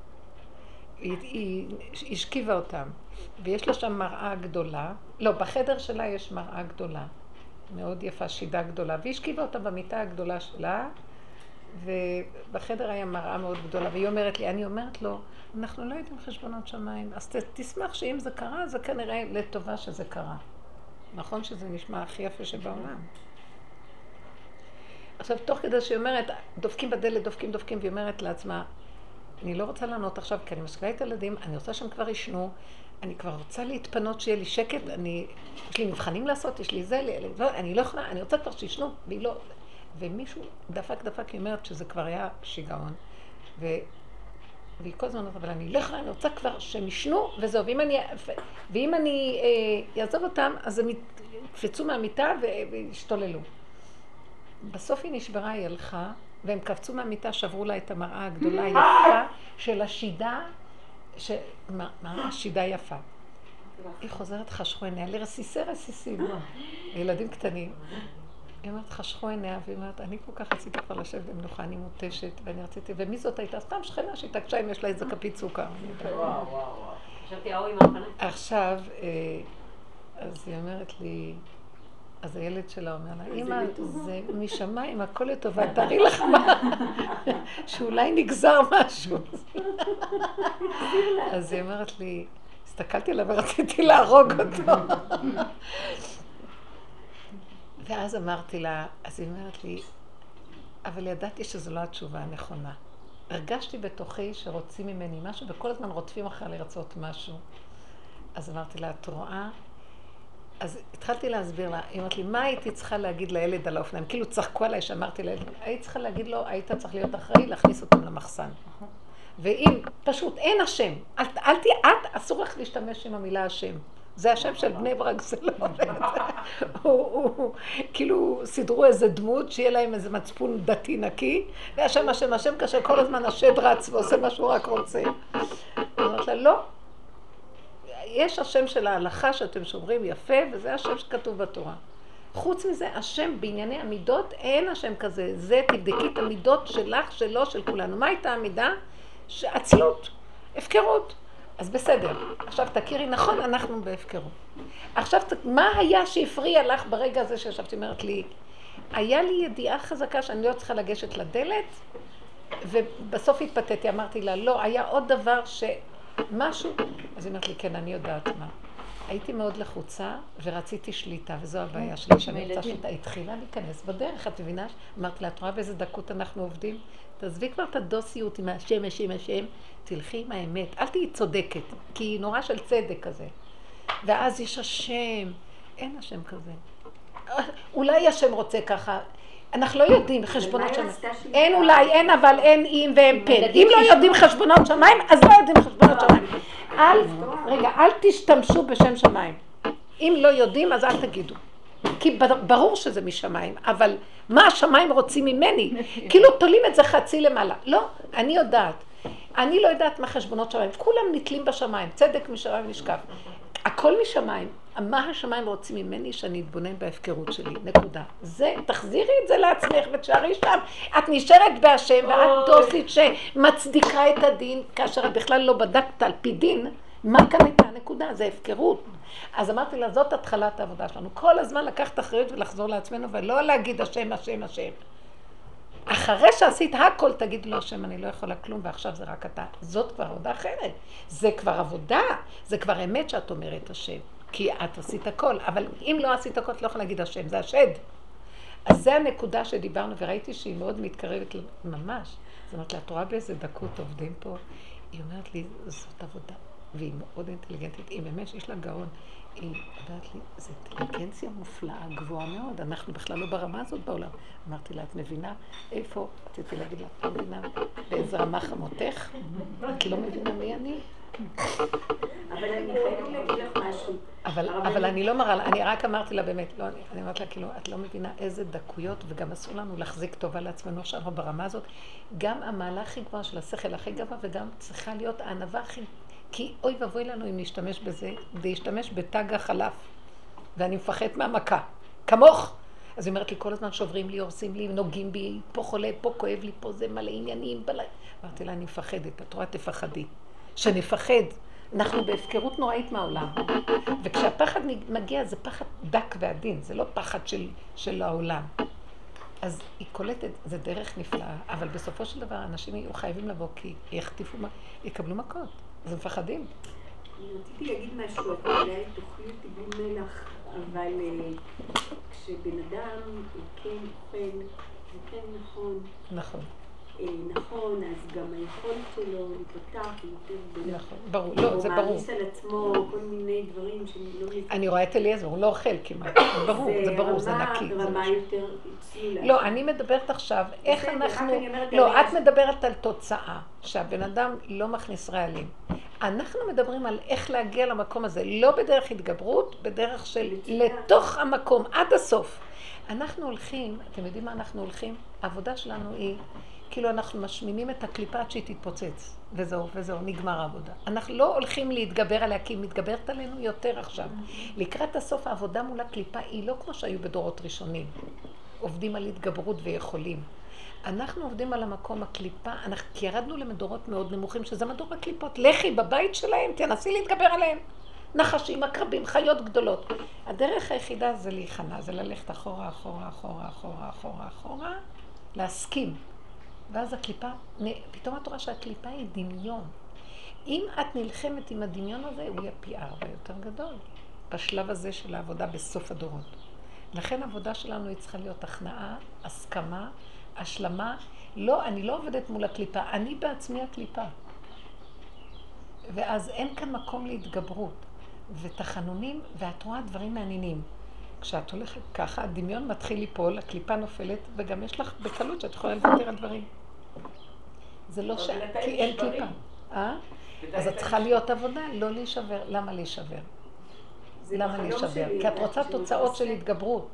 היא השכיבה אותם, ויש לה שם מראה גדולה, לא, בחדר שלה יש מראה גדולה, מאוד יפה, שידה גדולה, והיא השכיבה אותה במיטה הגדולה שלה, ובחדר היה מראה מאוד גדולה, והיא אומרת לי, אני אומרת לו, אנחנו לא יודעים חשבונות שמיים, אז תשמח שאם זה קרה, זה כנראה לטובה שזה קרה. נכון שזה נשמע הכי יפה שבעולם. עכשיו, תוך כדי שהיא אומרת, דופקים בדלת, דופקים, והיא אומרת לעצמה, אני לא רוצה לענות עכשיו, כי אני משכילה את הילדים, אני רוצה שהם כבר ישנו, אני כבר רוצה להתפנות שיהיה לי שקט, יש לי מבחנים לעשות, יש לי זה, אני לא יכולה, אני רוצה כבר שישנו, והיא לא... ומישהו דפק, היא אומרת שזה כבר היה שיגעון. והיא כל הזמן אומרת, אבל אני לא יכולה, אני רוצה כבר שהם ישנו, וזהו, ואם אני אעזוב אותם, אז הם יקפצו מהמיטה וישתוללו. בסוף היא נשברה, היא הלכה, והם קפצו מהמיטה, שברו לה את המראה הגדולה היפה של השידה, השידה יפה. היא חוזרת, חשכו עיניה, לרסיסים, ילדים קטנים. היא אומרת, חשכו עיניה, והיא אומרת, אני כל כך רציתי כבר לשבת במנוחה, אני מותשת, ואני רציתי, ומי זאת הייתה? סתם שכנה שהתעקשה אם יש לה איזה כפית סוכר. חשבתי, ההוא עם האופניים. עכשיו, אז היא אומרת לי, אז הילד שלה אומר לה, אמא, זה משמיים, הכל לטובה, תראי לך מה, שאולי נגזר משהו. אז היא אומרת לי, הסתכלתי עליו ורציתי להרוג אותו. ואז אמרתי לה, אז היא אומרת לי, אבל ידעתי שזו לא התשובה הנכונה. הרגשתי בתוכי שרוצים ממני משהו, וכל הזמן רודפים אחרי לרצות משהו. אז אמרתי לה, את רואה? אז התחלתי להסביר לה, היא אמרת לי, מה הייתי צריכה להגיד לילד על האופניים? כאילו צחקו עליי שאמרתי לילד, היית צריכה להגיד לו, היית צריך להיות אחראי, להכניס אותם למחסן. ואם פשוט אין השם, אסור לך להשתמש עם המילה השם. זה השם של בני ברק, זה לא עובד. כאילו סידרו איזה דמות, שיהיה להם איזה מצפון דתי נקי, והשם, השם, השם, כאשר כל הזמן השד רץ ועושה מה שהוא רק רוצה. אמרת לה, לא. יש השם של ההלכה שאתם שומרים יפה, וזה השם שכתוב בתורה. חוץ מזה, השם בענייני המידות, אין השם כזה. זה, תבדקי את המידות שלך, שלו, של כולנו. מה הייתה המידה? עצלות, הפקרות. אז בסדר. עכשיו תכירי, נכון, אנחנו בהפקרות. עכשיו, מה היה שהפריע לך ברגע הזה שישבתי, אומרת לי, היה לי ידיעה חזקה שאני לא צריכה לגשת לדלת, ובסוף התפתיתי, אמרתי לה, לא, היה עוד דבר משהו, אז היא אומרת לי, כן, אני יודעת מה. הייתי מאוד לחוצה ורציתי שליטה, וזו הבעיה שלי, שאני רוצה שליטה. התחילה להיכנס בדרך, את מבינה? אמרתי לה, את רואה באיזה דקות אנחנו עובדים? תעזבי כבר את הדוסיות עם השם, השם, השם, תלכי עם האמת. אל תהיי צודקת, כי היא נורא של צדק כזה. ואז יש השם, אין השם כזה. אולי השם רוצה ככה. אנחנו לא יודעים חשבונות שמיים. אין אולי, אין אבל, אין אם ואין פן. אם לא יודעים חשבונות שמיים, אז לא יודעים חשבונות שמיים. רגע, אל תשתמשו בשם שמיים. אם לא יודעים, אז אל תגידו. כי ברור שזה משמיים, אבל מה השמיים רוצים ממני? כאילו תולים את זה חצי למעלה. לא, אני יודעת. אני לא יודעת מה חשבונות שמיים. כולם נתלים בשמיים, צדק משמיים נשקף. הכל משמיים. מה השמיים רוצים ממני שאני אתבונן בהפקרות שלי, נקודה. זה, תחזירי את זה לעצמך ותשארי שם. את נשארת בהשם ואת דוסית שמצדיקה את הדין, כאשר את בכלל לא בדקת על פי דין, מה כאן הייתה הנקודה? זה הפקרות. אז אמרתי לה, זאת התחלת העבודה שלנו. כל הזמן לקחת אחריות ולחזור לעצמנו ולא להגיד השם, השם, השם. אחרי שעשית הכל, תגיד לו השם, אני לא יכולה כלום, ועכשיו זה רק אתה. זאת כבר עבודה אחרת. זה כבר עבודה, זה כבר אמת שאת אומרת השם. כי את עשית הכל, אבל אם לא עשית הכל, את לא יכולה להגיד השם, זה השד. אז זה הנקודה שדיברנו, וראיתי שהיא מאוד מתקרבת ממש. זאת אומרת, את רואה באיזה דקות עובדים פה, היא אומרת לי, זאת עבודה, והיא מאוד אינטליגנטית, היא ממש, יש לה גאון. היא אומרת לי, זו אינטליגנציה מופלאה, גבוהה מאוד, אנחנו בכלל לא ברמה הזאת בעולם. אמרתי לה, את מבינה איפה? רציתי להגיד לה, את לא מבינה באיזה רמה חמותך? את לא מבינה מי אני? אבל אני חייבת להגיד לך משהו. אבל אני לא מראה לה, אני רק אמרתי לה באמת, לא, אני אמרתי לה, כאילו, את לא מבינה איזה דקויות, וגם אסור לנו להחזיק טובה לעצמנו עכשיו ברמה הזאת. גם המעלה הכי גבוהה של השכל הכי גבוה, וגם צריכה להיות הענווה הכי... כי אוי ובוי לנו אם נשתמש בזה, להשתמש בתג החלף, ואני מפחד מהמכה, כמוך. אז היא אומרת לי, כל הזמן שוברים לי, הורסים לי, נוגעים בי, פה חולה, פה כואב לי, פה זה מלא עניינים, אמרתי לה, אני מפחדת, את רואה, תפחדי. שנפחד, אנחנו בהפקרות נוראית מהעולם. וכשהפחד מגיע, זה פחד דק ועדין, זה לא פחד של העולם. אז היא קולטת, זה דרך נפלאה, אבל בסופו של דבר אנשים יהיו חייבים לבוא, כי יקבלו מכות. אז הם מפחדים. אני רציתי להגיד משהו, את אולי תאכלי אותי בלי מלח, אבל כשבן אדם כן אוכל, זה כן נכון. נכון. נכון, אז גם היכולת שלו להיפתח יותר נכון, ברור, לא, זה ברור. הוא מעמיס על עצמו כל מיני דברים שלא נפתח. אני רואה את אליעזר, הוא לא אוכל כמעט. ברור, זה ברור, זה נקי. זה רמה יותר צלילה. לא, אני מדברת עכשיו, איך אנחנו... לא, את מדברת על תוצאה, שהבן אדם לא מכניס רעלים. אנחנו מדברים על איך להגיע למקום הזה, לא בדרך התגברות, בדרך של לתוך המקום, עד הסוף. אנחנו הולכים, אתם יודעים מה אנחנו הולכים? העבודה שלנו היא, כאילו אנחנו משמינים את הקליפה עד שהיא תתפוצץ, וזהו, נגמר העבודה. אנחנו לא הולכים להתגבר עליה, כי היא מתגברת עלינו יותר עכשיו. לקראת הסוף העבודה מול הקליפה היא לא כמו שהיו בדורות ראשונים. עובדים על התגברות ויכולים. אנחנו עובדים על המקום הקליפה, כי ירדנו למדורות מאוד נמוכים, שזה מדור הקליפות. לכי בבית שלהם, תנסי להתגבר עליהם. נחשים, עקרבים, חיות גדולות. הדרך היחידה זה להיכנע, זה ללכת אחורה, אחורה, אחורה, אחורה, אחורה, אחורה, להסכים. ואז הקליפה, פתאום את רואה שהקליפה היא דמיון. אם את נלחמת עם הדמיון הזה, הוא יהיה פי 4 יותר גדול. בשלב הזה של העבודה בסוף הדורות. לכן העבודה שלנו היא צריכה להיות הכנעה, הסכמה, השלמה, לא, אני לא עובדת מול הקליפה, אני בעצמי הקליפה. ואז אין כאן מקום להתגברות, ותחנונים, ואת רואה דברים מעניינים. כשאת הולכת ככה, הדמיון מתחיל ליפול, הקליפה נופלת, וגם יש לך בקלות שאת יכולה לוותר על דברים. זה לא ש... כי אין קליפה. אז את צריכה להיות עבודה, לא להישבר. למה להישבר? למה להישבר? כי את רוצה תוצאות של התגברות.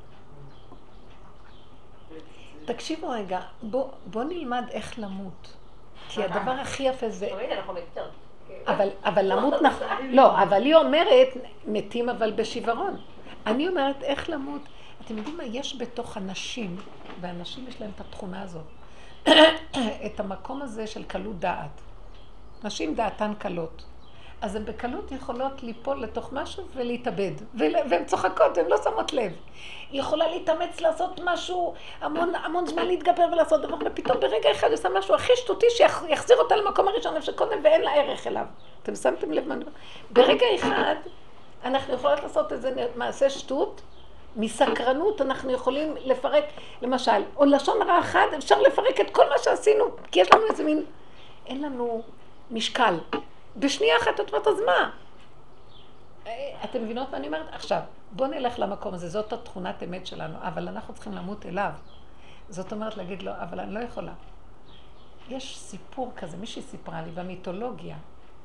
תקשיבו רגע, בוא נלמד איך למות. כי הדבר הכי יפה זה... אבל למות נכון. לא, אבל היא אומרת, מתים אבל בשברון. אני אומרת איך למות. אתם יודעים מה? יש בתוך אנשים, ואנשים יש להם את התכונה הזאת, את המקום הזה של קלות דעת. נשים דעתן קלות. אז הן בקלות יכולות ליפול לתוך משהו ולהתאבד. והן צוחקות, הן לא שמות לב. היא יכולה להתאמץ לעשות משהו, המון זמן להתגבר ולעשות דבר, ופתאום ברגע אחד היא עושה משהו הכי שטותי שיחזיר אותה למקום הראשון שקודם ואין לה ערך אליו. אתם שמתם לב מה? ברגע אחד אנחנו יכולות לעשות איזה מעשה שטות, מסקרנות אנחנו יכולים לפרק, למשל, או לשון הרע אחד, אפשר לפרק את כל מה שעשינו, כי יש לנו איזה מין, אין לנו משקל. בשנייה אחת את אומרת, אז מה? אתם מבינות מה אני אומרת? עכשיו, בוא נלך למקום הזה, זאת התכונת אמת שלנו, אבל אנחנו צריכים למות אליו. זאת אומרת להגיד לו, אבל אני לא יכולה. יש סיפור כזה, מישהי סיפרה לי במיתולוגיה,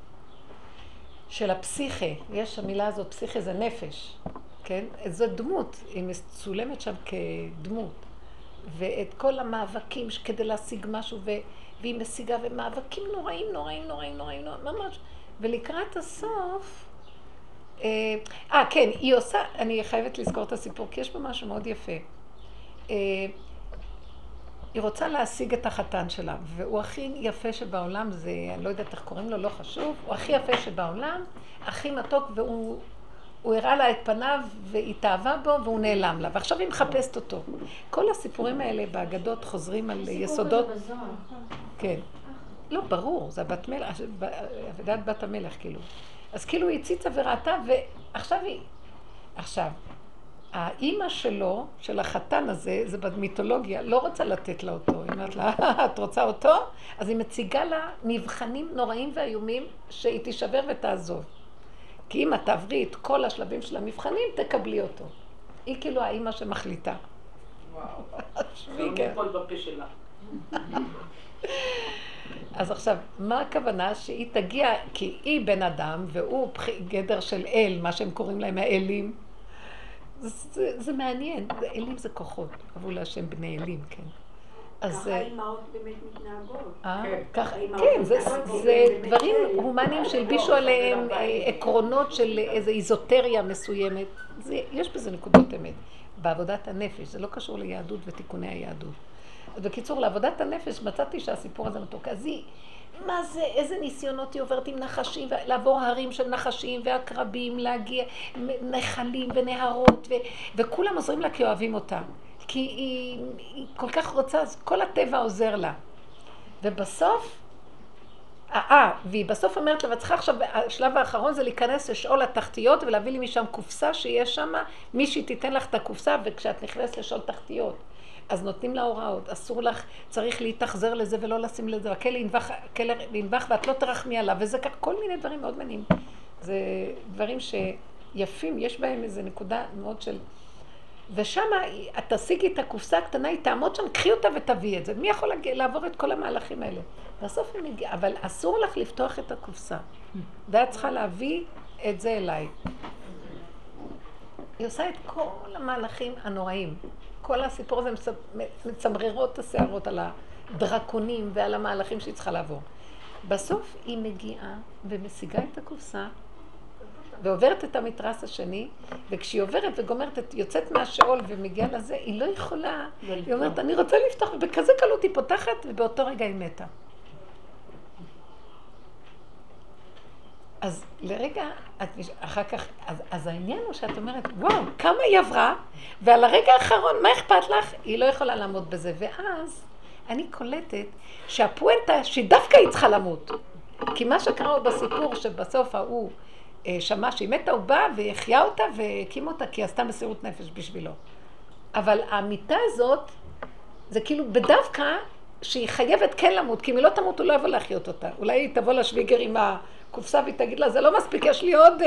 של הפסיכה, יש המילה הזאת, פסיכה זה נפש, כן? זו דמות, היא מצולמת שם כדמות, ואת כל המאבקים כדי להשיג משהו, והיא משיגה, ומאבקים נוראים, ממש. ולקראת הסוף, כן, היא עושה, אני חייבת לזכור את הסיפור, כי יש בה משהו מאוד יפה. היא רוצה להשיג את החתן שלה, והוא הכי יפה שבעולם, זה, אני לא יודעת איך קוראים לו, לא חשוב, הוא הכי יפה שבעולם, הכי מתוק, והוא הראה לה את פניו, והיא תאהבה בו, והוא נעלם לה, ועכשיו היא מחפשת אותו. כל הסיפורים האלה באגדות חוזרים על יסודות... כן. לא, ברור, זה בת מלך, עבודת בת המלך, כאילו. אז כאילו היא הציצה וראתה, ועכשיו היא... עכשיו, האימא שלו, של החתן הזה, זה במיתולוגיה, לא רוצה לתת לה אותו. היא אומרת לה, את רוצה אותו? אז היא מציגה לה מבחנים נוראים ואיומים שהיא תישבר ותעזוב. כי אם את תעברי את כל השלבים של המבחנים, תקבלי אותו. היא כאילו האימא שמחליטה. וואו. והיא מפול בפה שלה. אז עכשיו, מה הכוונה שהיא תגיע, כי היא בן אדם והוא גדר של אל, מה שהם קוראים להם האלים. זה מעניין, אלים זה כוחות, אבו להשם בני אלים, כן. ככה האימהות באמת מתנהגות. כן, זה דברים הומניים שהלבישו עליהם עקרונות של איזו איזוטריה מסוימת. יש בזה נקודות אמת. בעבודת הנפש, זה לא קשור ליהדות ותיקוני היהדות. אז בקיצור, לעבודת הנפש מצאתי שהסיפור הזה מתוק. אז היא, מה זה, איזה ניסיונות היא עוברת עם נחשים, לעבור הרים של נחשים ועקרבים, להגיע נחלים ונהרות, וכולם עוזרים לה כי אוהבים אותה. כי היא כל כך רוצה, אז כל הטבע עוזר לה. ובסוף, והיא בסוף אומרת לה, וצריכה עכשיו, השלב האחרון זה להיכנס לשאול התחתיות ולהביא לי משם קופסה שיש שם, מישהי תיתן לך את הקופסה, וכשאת נכנסת לשאול תחתיות, אז נותנים לה הוראות, אסור לך, צריך להתאכזר לזה ולא לשים לזה, הכלא ינבח ואת לא תרחמי עליו, וזה כך, כל מיני דברים מאוד מעניינים. זה דברים שיפים, יש בהם איזו נקודה מאוד של... ושם את תשיגי את הקופסה הקטנה, היא תעמוד שם, קחי אותה ותביא את זה. מי יכול לעבור את כל המהלכים האלה? בסוף היא מגיעה, אבל אסור לך לפתוח את הקופסה. ואת צריכה להביא את זה אליי. היא עושה את כל המהלכים הנוראים. כל הסיפור הזה מצמררות את השערות על הדרקונים ועל המהלכים שהיא צריכה לעבור. בסוף היא מגיעה ומשיגה את הקופסה, ועוברת את המתרס השני, וכשהיא עוברת וגומרת, יוצאת מהשאול ומגיעה לזה, היא לא יכולה, היא אומרת, אני רוצה לפתוח, ובכזה קלות היא פותחת, ובאותו רגע היא מתה. אז לרגע, אחר כך, אז העניין הוא שאת אומרת, וואו, כמה היא עברה, ועל הרגע האחרון, מה אכפת לך? היא לא יכולה לעמוד בזה, ואז אני קולטת שהפואנטה שדווקא היא צריכה למות. כי מה שקרה בסיפור שבסוף ההוא, שמע שהיא מתה, הוא בא והחיה אותה והקים אותה כי עשתה מסירות נפש בשבילו. אבל המיטה הזאת זה כאילו בדווקא שהיא חייבת כן למות, כי אם היא לא תמות הוא לא יבוא להחיות אותה. אולי היא תבוא לשוויגר עם הקופסה והיא תגיד לה, זה לא מספיק, יש לי עוד...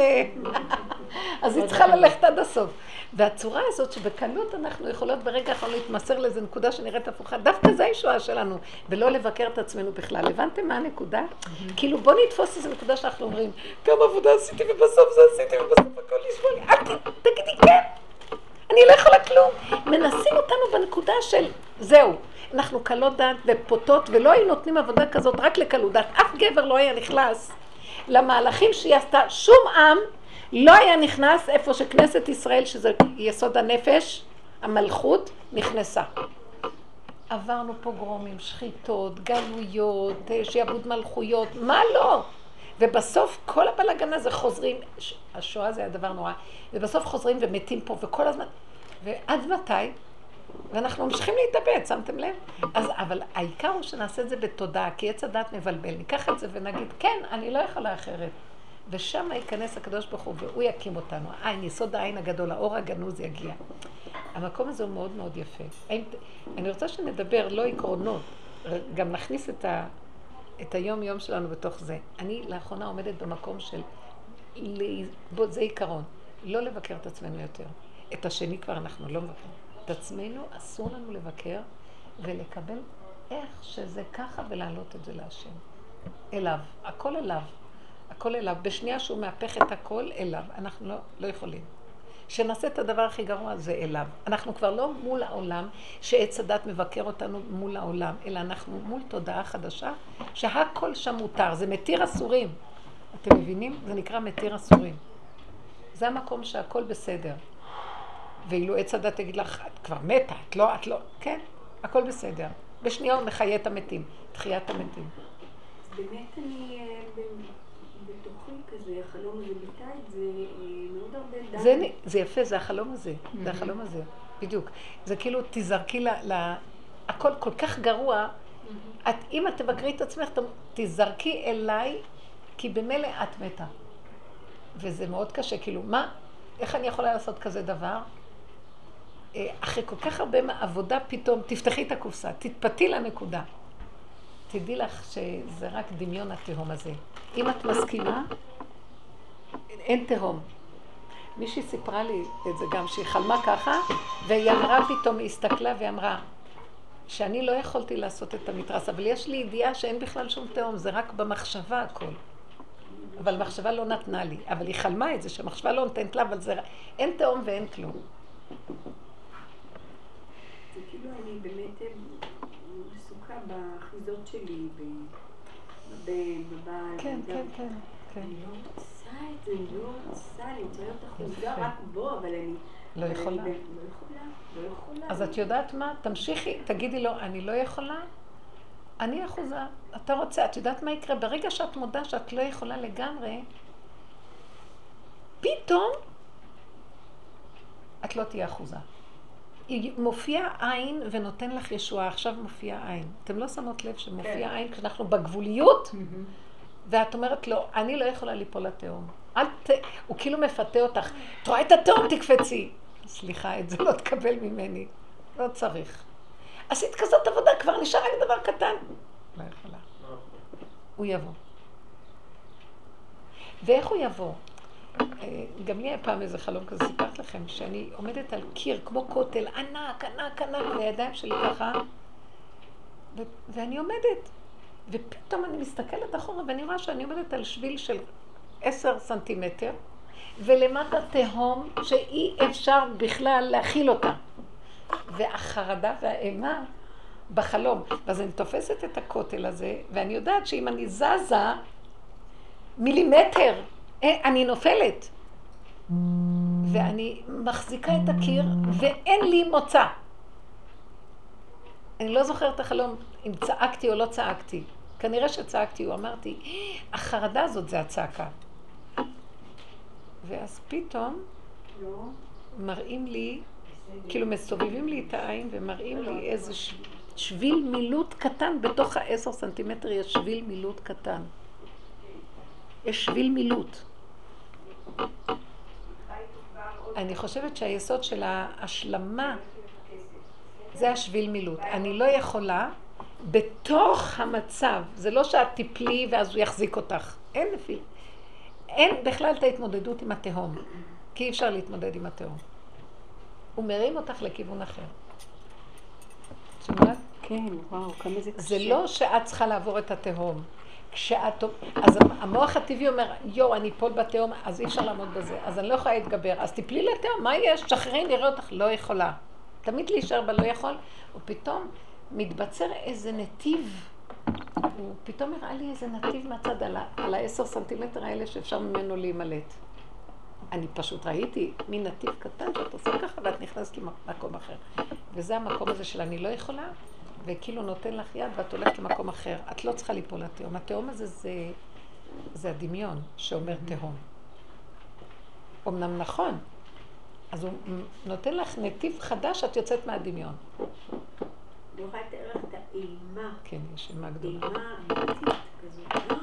אז היא צריכה ללכת עד הסוף. והצורה הזאת שבקלות אנחנו יכולות ברגע האחרון להתמסר לאיזו נקודה שנראית הפוכה, דווקא זה הישועה שלנו, ולא לבקר את עצמנו בכלל. הבנתם מה הנקודה? כאילו בוא נתפוס איזו נקודה שאנחנו אומרים, כמה עבודה עשיתי ובסוף זה עשיתי ובסוף הכל נשמע לי, תגידי כן, אני לא יכולה כלום. מנסים אותנו בנקודה של זהו, אנחנו קלות דעת ופוטות, ולא היו נותנים עבודה כזאת רק לקלות דעת. אף גבר לא היה נכנס למהלכים שהיא עשתה, שום עם לא היה נכנס איפה שכנסת ישראל, שזה יסוד הנפש, המלכות, נכנסה. עברנו פוגרומים, שחיתות, גלויות, שיעבוד מלכויות, מה לא? ובסוף כל הבלגן הזה חוזרים, השואה זה הדבר נורא, ובסוף חוזרים ומתים פה וכל הזמן, ועד מתי? ואנחנו ממשיכים להתאבד, שמתם לב? אז, אבל העיקר הוא שנעשה את זה בתודעה, כי עץ הדת מבלבל. ניקח את זה ונגיד, כן, אני לא יכולה אחרת. ושם ייכנס הקדוש ברוך הוא, והוא יקים אותנו. העין, יסוד העין הגדול, האור הגנוז יגיע. המקום הזה הוא מאוד מאוד יפה. אני רוצה שנדבר, לא עקרונות, גם נכניס את היום יום שלנו בתוך זה. אני לאחרונה עומדת במקום של, זה עיקרון, לא לבקר את עצמנו יותר. את השני כבר אנחנו לא מבקרים. את עצמנו אסור לנו לבקר ולקבל איך שזה ככה ולהעלות את זה להשם. אליו, הכל אליו. הכל אליו. בשנייה שהוא מהפך את הכל אליו. אנחנו לא יכולים. שנעשה את הדבר הכי גרוע זה אליו. אנחנו כבר לא מול העולם שעץ הדת מבקר אותנו מול העולם, אלא אנחנו מול תודעה חדשה שהכל שם מותר. זה מתיר אסורים. אתם מבינים? זה נקרא מתיר אסורים. זה המקום שהכל בסדר. ואילו עץ הדת תגיד לך, את כבר מתה, את לא, כן, הכל בסדר. בשנייה הוא מחיה את המתים, תחיית המתים. אז באמת אני בתוכי כזה, החלום הזה ביטא את זה מאוד הרבה דם. זה יפה, זה החלום הזה, זה החלום הזה, בדיוק. זה כאילו תזרקי הכל כל כך גרוע, אם את תבקרי את עצמך, תזרקי אליי, כי במילא את מתה. וזה מאוד קשה, כאילו, מה? איך אני יכולה לעשות כזה דבר? אחרי כל כך הרבה עבודה פתאום, תפתחי את הקופסה, תתפתי לנקודה. תדעי לך שזה רק דמיון התהום הזה. אם את מסכימה, אין תהום. מישהי סיפרה לי את זה גם, שהיא חלמה ככה, והיא אמרה פתאום, היא הסתכלה והיא אמרה, שאני לא יכולתי לעשות את המתרס, אבל יש לי ידיעה שאין בכלל שום תהום, זה רק במחשבה הכל. אבל מחשבה לא נתנה לי, אבל היא חלמה את זה, שמחשבה לא נותנת לה, אבל זה אין תהום ואין כלום. זה כאילו אני באמת עסוקה באחיזות שלי, בבעל. כן. אני לא רוצה את זה, אני לא רוצה להיות אחוזה רק בו, אבל אני... לא יכולה. לא יכולה. אז את יודעת מה? תמשיכי, תגידי לו, אני לא יכולה, אני אחוזה. אתה רוצה, את יודעת מה יקרה? ברגע שאת מודה שאת לא יכולה לגמרי, פתאום את לא תהיה אחוזה. היא מופיעה עין ונותן לך ישועה, עכשיו מופיעה עין. אתם לא שמות לב שמופיעה עין כשאנחנו בגבוליות, ואת אומרת לו, אני לא יכולה ליפול לתהום. הוא כאילו מפתה אותך, את רואה את התהום, תקפצי. סליחה, את זה לא תקבל ממני. לא צריך. עשית כזאת עבודה, כבר נשאר רק דבר קטן. לא יכולה. הוא יבוא. ואיך הוא יבוא? גם לי היה פעם איזה חלום כזה, סיפרת לכם, שאני עומדת על קיר כמו כותל, ענק, והידיים שלי ככה, ואני עומדת. ופתאום אני מסתכלת אחורה, ואני רואה שאני עומדת על שביל של 10 סנטימטר, ולמטה תהום שאי אפשר בכלל להכיל אותה. והחרדה והאימה בחלום. ואז אני תופסת את הכותל הזה, ואני יודעת שאם אני זזה מילימטר, אני נופלת. ואני מחזיקה את הקיר, ואין לי מוצא. אני לא זוכרת את החלום, אם צעקתי או לא צעקתי. כנראה שצעקתי, הוא אמרתי, החרדה הזאת זה הצעקה. ואז פתאום מראים לי, כאילו מסובבים לי את העין ומראים לי איזה שביל מילוט קטן, בתוך 10 סנטימטר יש שביל מילוט קטן. יש שביל מילוט. אני חושבת שהיסוד של ההשלמה זה השביל מילוט. אני לא יכולה בתוך המצב, זה לא שאת תיפלי ואז הוא יחזיק אותך. אין בכלל את ההתמודדות עם התהום, כי אי אפשר להתמודד עם התהום. הוא מרים אותך לכיוון אחר. שמעת? כן, וואו, כמה זה קשה. זה לא שאת צריכה לעבור את התהום. אז המוח הטבעי אומר, יו, אני אפול בתהום, אז אי אפשר לעמוד בזה, אז אני לא יכולה להתגבר, אז תפלי לתהום, מה יש? שחררי, נראה אותך, לא יכולה. תמיד להישאר בלא יכול, ופתאום מתבצר איזה נתיב, הוא פתאום הראה לי איזה נתיב מהצד על ה-10 סנטימטר האלה שאפשר ממנו להימלט. אני פשוט ראיתי מין נתיב קטן שאת עושה ככה ואת נכנסת למקום אחר. וזה המקום הזה של אני לא יכולה, וכאילו נותן לך יד ואת הולכת למקום אחר. את לא צריכה ליפול לתהום. התהום הזה זה הדמיון שאומר תהום. אמנם נכון, אז הוא נותן לך נתיב חדש שאת יוצאת מהדמיון. אני יכולה לתאר לך את האימה. כן, יש אימה גדולה. אימה אמיתית כזאת.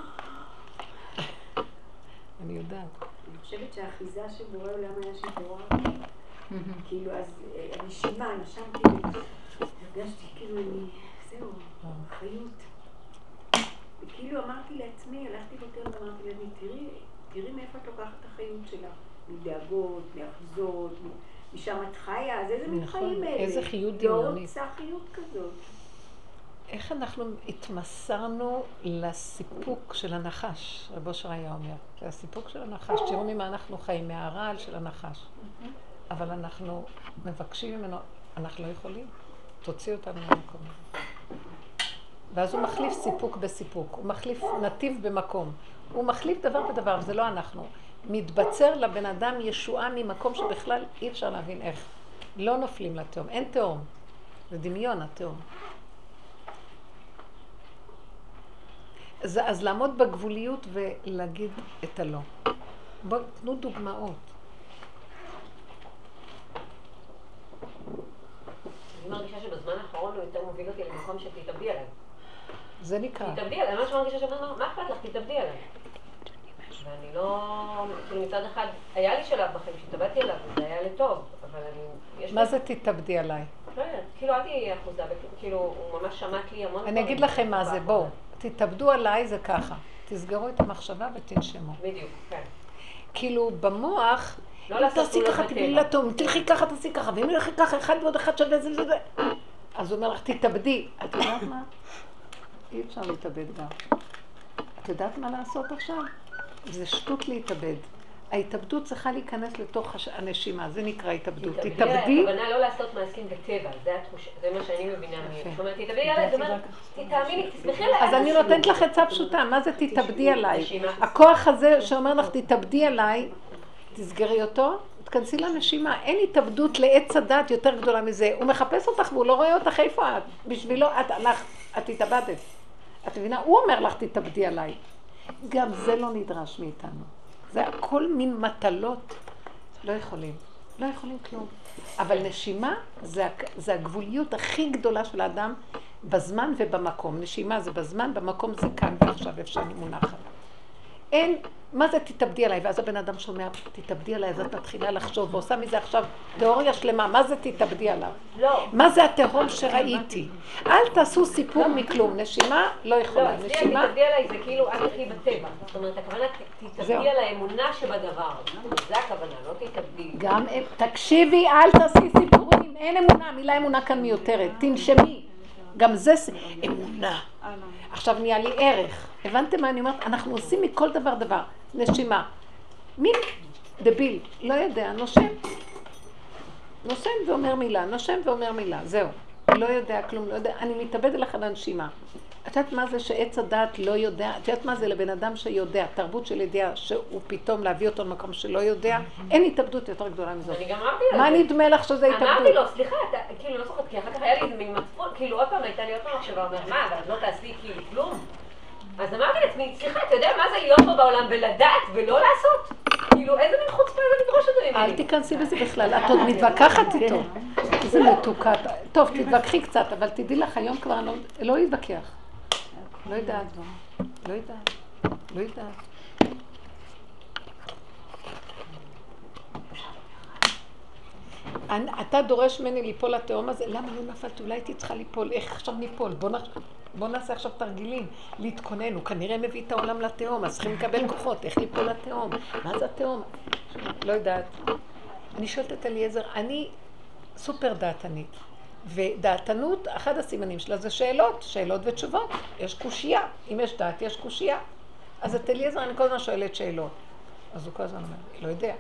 אני יודעת. אני חושבת שהאחיזה של בורא עולם היה שתורה. כאילו, אז הנשימה, נשמתי, הרגשתי כאילו אני, זהו, חיות. וכאילו אמרתי לעצמי, הלכתי בטרם ואמרתי לעצמי, תראי מאיפה את לוקחת את החיות שלך. מדאגות, מאחזות, משם את חיה, אז איזה מין חיים אלה? איזה חיות דמיונית. לא רוצה חיות כזאת. איך אנחנו התמסרנו לסיפוק של הנחש, רבו שר היה אומר. זה הסיפוק של הנחש. תראו ממה אנחנו חיים, מהרעל של הנחש. אבל אנחנו מבקשים ממנו, אנחנו לא יכולים. תוציא אותנו מהמקום. ואז הוא מחליף סיפוק בסיפוק. הוא מחליף נתיב במקום. הוא מחליף דבר בדבר, וזה לא אנחנו. מתבצר לבן אדם ישועה ממקום שבכלל אי אפשר להבין איך. לא נופלים לתהום. אין תהום. זה דמיון התהום. אז לעמוד בגבוליות ולהגיד את הלא. בואו תנו דוגמאות. אני מרגישה שבזמן האחרון הוא יותר מוביל אותי למקום שתתאבדי עליי. זה נקרא. תתאבדי עליי, ממש מרגישה שבזמן, מה אכפת לך? תתאבדי עליי. ואני לא, כאילו מצד אחד, היה לי שלב בחיים שהתאבדתי עליו, וזה היה לטוב, אבל אני... מה זה תתאבדי עליי? לא יודעת, כאילו אל תהיי אחוזה, כאילו הוא ממש שמעת לי המון... אני אגיד לכם מה זה, בואו, תתאבדו עליי זה ככה. תסגרו את המחשבה ותנשמו. בדיוק, כן. כאילו במוח, לא תעשי ככה, תבלי לתום, תלכי ככה, תעשי ככה, ואם ילכי ככה, אחד ועוד אחד שווה זה וזה. אז הוא אומר לך, תתאבדי. את יודעת מה? אי אפשר להתאבד גם. את יודעת מה לעשות עכשיו? זה שטות להתאבד. ההתאבדות צריכה להיכנס לתוך הנשימה, זה נקרא התאבדות. תתאבדי. הכוונה לא לעשות מעשים בטבע, זה מה שאני מבינה. זאת אומרת, תתאבדי עליי, זאת אומרת, תתאמיני, תסמכי עליי. אז אני נותנת לך עצה פשוטה, מה זה תתאבדי עליי? הכוח הזה שאומר לך תתאבדי עליי, תסגרי אותו, תכנסי לנשימה. אין התאבדות לעץ הדת יותר גדולה מזה. הוא מחפש אותך והוא לא רואה אותך איפה את. בשבילו את הלכת, את התאבדת. את מבינה? הוא אומר לך תתאבדי עליי. גם זה לא נדרש מאיתנו. זה הכל מין מטלות. לא יכולים. לא יכולים כלום. אבל נשימה זה הגבוליות הכי גדולה של האדם בזמן ובמקום. נשימה זה בזמן, במקום זה כאן ועכשיו אפשר מונחת. אין, מה זה תתאבדי עליי? ואז הבן אדם שומע, תתאבדי עליי, אז את מתחילה לחשוב ועושה מזה עכשיו תיאוריה שלמה. מה זה תתאבדי עליו? לא. מה זה התהום שראיתי? אל תעשו סיפור מכלום. נשימה לא יכולה. לא, נשימה... תתאבדי עליי זה כאילו אל תחי בטבע. זאת אומרת, הכוונה תתאבדי על האמונה שבדבר. זה הכוונה, לא תתאבדי. גם, תקשיבי, אל תעשי סיפורים. אין אמונה, המילה אמונה כאן מיותרת. תנשמי. גם זה אמונה. עכשיו נהיה לי ערך. הבנתם מה אני אומרת? אנחנו עושים מכל דבר דבר. נשימה. מי דביל, לא יודע, נושם. נושם ואומר מילה, נושם ואומר מילה. זהו. לא יודע כלום, לא יודע. אני מתאבד אליך על הנשימה. את יודעת מה זה שעץ הדעת לא יודע? את יודעת מה זה לבן אדם שיודע, תרבות של ידיעה, שהוא פתאום להביא אותו למקום שלא יודע? אין התאבדות יותר גדולה מזאת. אני גם אמרתי לו. מה נדמה לך שזה התאבדות? אמרתי לו, סליחה, כאילו לא זוכרת, כי אחר כך היה לי איזה מין מצפון, כאילו עוד פעם הייתה לי עוד פעם מחשבה, אומר, מה, אבל את לא תעשי כאילו כלום? אז אמרתי לעצמי, סליחה, אתה יודע מה זה להיות פה בעולם ולדעת ולא לעשות? כאילו, איזה מין חוצפה זה לדרוש את זה ממני? אל תיכנסי בזה בכלל, את עוד מתווכחת איתו. איזה מתוקת. טוב, תתווכחי קצת, אבל תדעי לך, היום כבר אני לא אתווכח. לא יודעת. לא יודעת. לא יודעת. אתה דורש ממני ליפול לתהום הזה, למה לא נפלתי? אולי הייתי צריכה ליפול, איך עכשיו ניפול? בוא נעשה עכשיו תרגילים, להתכונן, הוא כנראה מביא את העולם לתהום, אז צריכים לקבל כוחות, איך ליפול לתהום? מה זה התהום? לא יודעת. אני שואלת את אליעזר, אני סופר דעתנית, ודעתנות, אחד הסימנים שלה זה שאלות ותשובות, יש קושייה, אם יש דעת יש קושייה. אז את אליעזר אני כל הזמן שואלת שאלות, אז הוא כל הזמן אומר, לא יודע.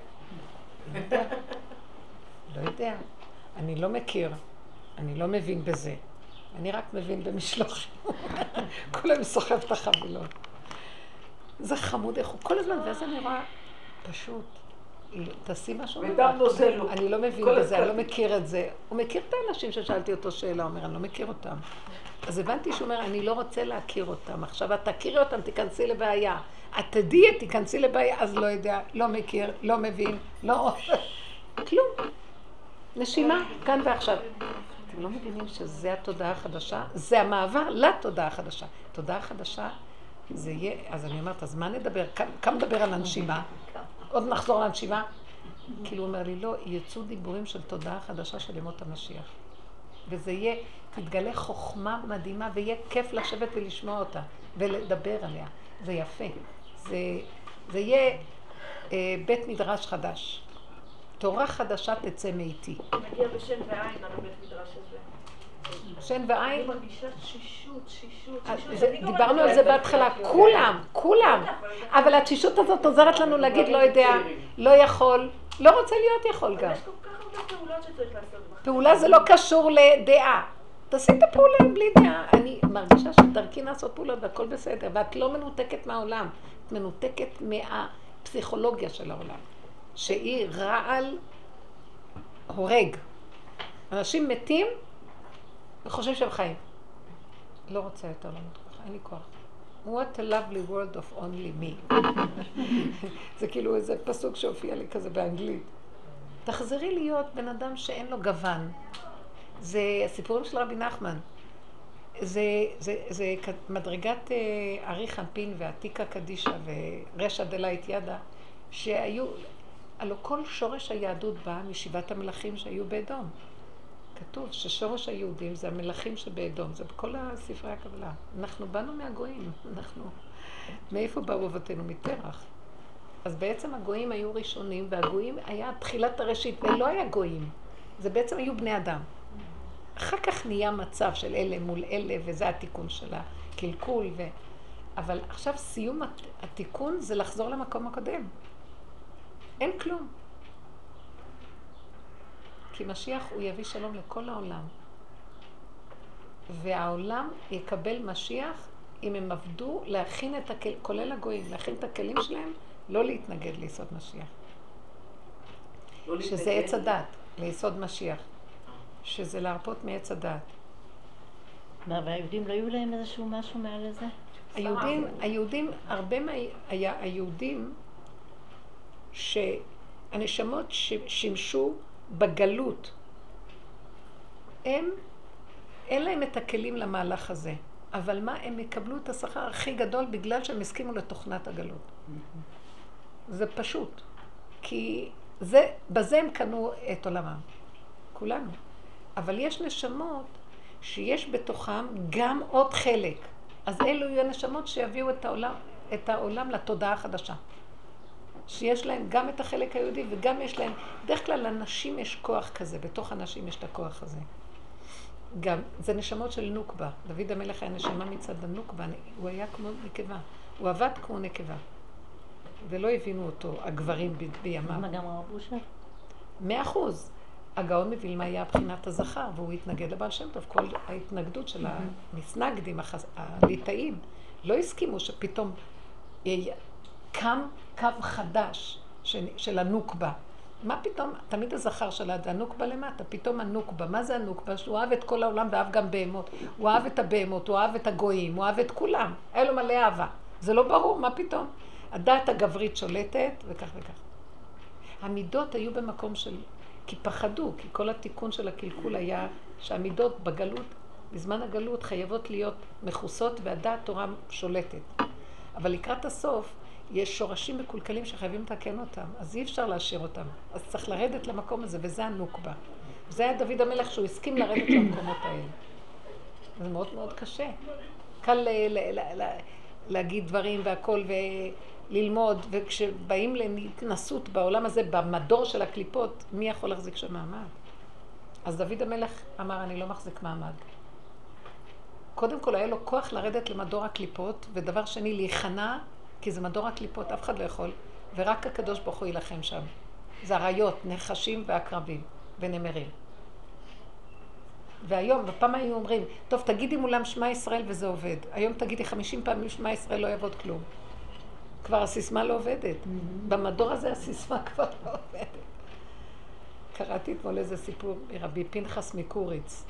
לא יודע, אני לא מכיר, אני לא מבין בזה, אני רק מבין במשלוחים. כל היום סוחב את החבילות. זה חמוד איך הוא כל הזמן, ואז אני רואה פשוט, תעשי משהו. אני לא מבין בזה, אני לא מכיר את זה. הוא מכיר את האנשים ששאלתי אותו שאלה, הוא אומר, אני לא מכיר אותם. אז הבנתי שהוא אומר, אני לא רוצה להכיר אותם. עכשיו את תכירי אותם, תיכנסי לבעיה. את תדעי, תיכנסי לבעיה, אז לא יודע, לא מכיר, לא מבין, לא... כלום. נשימה, כאן ועכשיו. אתם לא מבינים שזה התודעה החדשה? זה המעבר לתודעה החדשה. תודעה חדשה, זה יהיה... אז אני אומרת, אז מה נדבר? כמה נדבר על הנשימה? עוד נחזור לנשימה? כאילו הוא אומר לי, לא, יצאו דיבורים של תודעה חדשה של ימות המשיח. וזה יהיה, תתגלה חוכמה מדהימה, ויהיה כיף לשבת ולשמוע אותה, ולדבר עליה. זה יפה. זה יהיה בית מדרש חדש. תורה חדשה תצא מאיתי. מגיע בשן ועין על הבית מדרש הזה. שן ועין? אני מרגישה תשישות. דיברנו על זה בהתחלה, כולם. אבל התשישות הזאת עוזרת לנו להגיד לא יודע, לא יכול, לא רוצה להיות יכול גם. יש כל כך הרבה פעולות שצריך לעשות. פעולה זה לא קשור לדעה. תעשי את הפעולה בלי דעה. אני מרגישה שדרכי לעשות פעולות והכל בסדר, ואת לא מנותקת מהעולם. את מנותקת מהפסיכולוגיה של העולם. שהיא רעל הורג. אנשים מתים וחושבים שהם חיים. לא רוצה יותר למות ככה, אין לי כוח. What a lovely world of only me. זה כאילו איזה פסוק שהופיע לי כזה באנגלית. תחזרי להיות בן אדם שאין לו גוון. זה הסיפורים של רבי נחמן. זה מדרגת ארי חנפין ועתיקה קדישה ורשע דלית ידה, שהיו, הלוא כל שורש היהדות בא משבעת המלכים שהיו באדום. כתוב ששורש היהודים זה המלכים שבאדום, זה בכל הספרי הקבלה. אנחנו באנו מהגויים, מאיפה באו אבותינו? מפרח. אז בעצם הגויים היו ראשונים, והגויים היה תחילת הראשית, ולא היה גויים. זה בעצם היו בני אדם. אחר כך נהיה מצב של אלה מול אלה, וזה התיקון של הקלקול. אבל עכשיו סיום התיקון זה לחזור למקום הקודם. אין כלום. כי משיח הוא יביא שלום לכל העולם. והעולם יקבל משיח אם הם עבדו להכין את הכלים, כולל הגויים, להכין את הכלים שלהם, לא להתנגד ליסוד משיח. שזה עץ הדת, ליסוד משיח. שזה להרפות מעץ הדת. מה, והיהודים לא היו להם איזשהו משהו מעל לזה? היהודים, הרבה היהודים שהנשמות שימשו בגלות, אין להם את הכלים למהלך הזה. אבל מה, הם יקבלו את השכר הכי גדול בגלל שהם הסכימו לתוכנת הגלות. זה פשוט. כי בזה הם קנו את עולמם. כולנו. אבל יש נשמות שיש בתוכם גם עוד חלק. אז אלו יהיו נשמות שיביאו את העולם לתודעה החדשה. שיש להם גם את החלק היהודי וגם יש להם, בדרך כלל לנשים יש כוח כזה, בתוך הנשים יש את הכוח הזה. גם, זה נשמות של נוקבה. דוד המלך היה נשמה מצד הנוקבה, הוא היה כמו נקבה. הוא עבד כמו נקבה. ולא הבינו אותו, הגברים בימיו. מה גם הרב אושר? 100%. הגאון מווילנה היה בחינת הזכר, והוא התנגד לבעל שם טוב. כל ההתנגדות של המסנגדים, הליטאים, לא הסכימו שפתאום קם קו חדש של הנוקבה. מה פתאום? תמיד הזכר של הנוקבה למטה, פתאום הנוקבה. מה זה הנוקבה? שהוא אהב את כל העולם ואהב גם בהמות. הוא אהב את הבהמות, הוא אהב את הגויים, הוא אהב את כולם. היה לו מלא אהבה. זה לא ברור, מה פתאום? הדעת הגברית שולטת וכך וכך. המידות היו במקום של... כי פחדו, כי כל התיקון של הקלקול היה שהמידות בגלות, בזמן הגלות חייבות להיות מחוסות והדעת תורה שולטת. אבל לקראת הסוף יש שורשים מקולקלים שחייבים לתקן אותם, אז אי אפשר להשאיר אותם. אז צריך לרדת למקום הזה, וזה הנוקבה. זה היה דוד המלך שהוא הסכים לרדת למקומות האלה. זה מאוד מאוד קשה. קל להגיד דברים והכל וללמוד, וכשבאים להתנסות בעולם הזה, במדור של הקליפות, מי יכול להחזיק שם מעמד? אז דוד המלך אמר, אני לא מחזיק מעמד. קודם כל היה לו כוח לרדת למדור הקליפות, ודבר שני להיכנע, כי זה מדור הקליפות, אף אחד לא יכול, ורק הקדוש ברוך הוא ילחם שם. זה הריות, נחשים ועקרבים ונמרים. והיום, בפעם היו אומרים, טוב, תגידי מולם שמע ישראל וזה עובד. היום תגידי 50 פעמים שמע ישראל לא יעבוד כלום. כבר הסיסמה לא עובדת. במדור הזה הסיסמה כבר לא עובדת. קראתי אתמול איזה סיפור מרבי פנחס מקוריץ,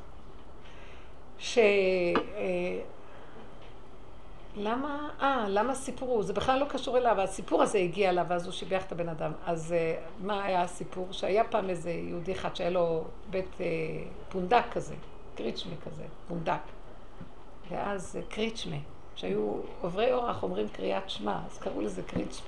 למה סיפור הוא? זה בכלל לא קשור אליו, הסיפור הזה הגיע אליו, ואז הוא שיבח את הבן אדם. אז מה היה הסיפור? שהיה פעם איזה יהודי אחד שהיה לו בית פונדק כזה, קריצ'מה כזה, פונדק. ואז קריצ'מה, שהיו עוברי אורח אומרים קריאת שמע, אז קראו לזה קריצ'מה.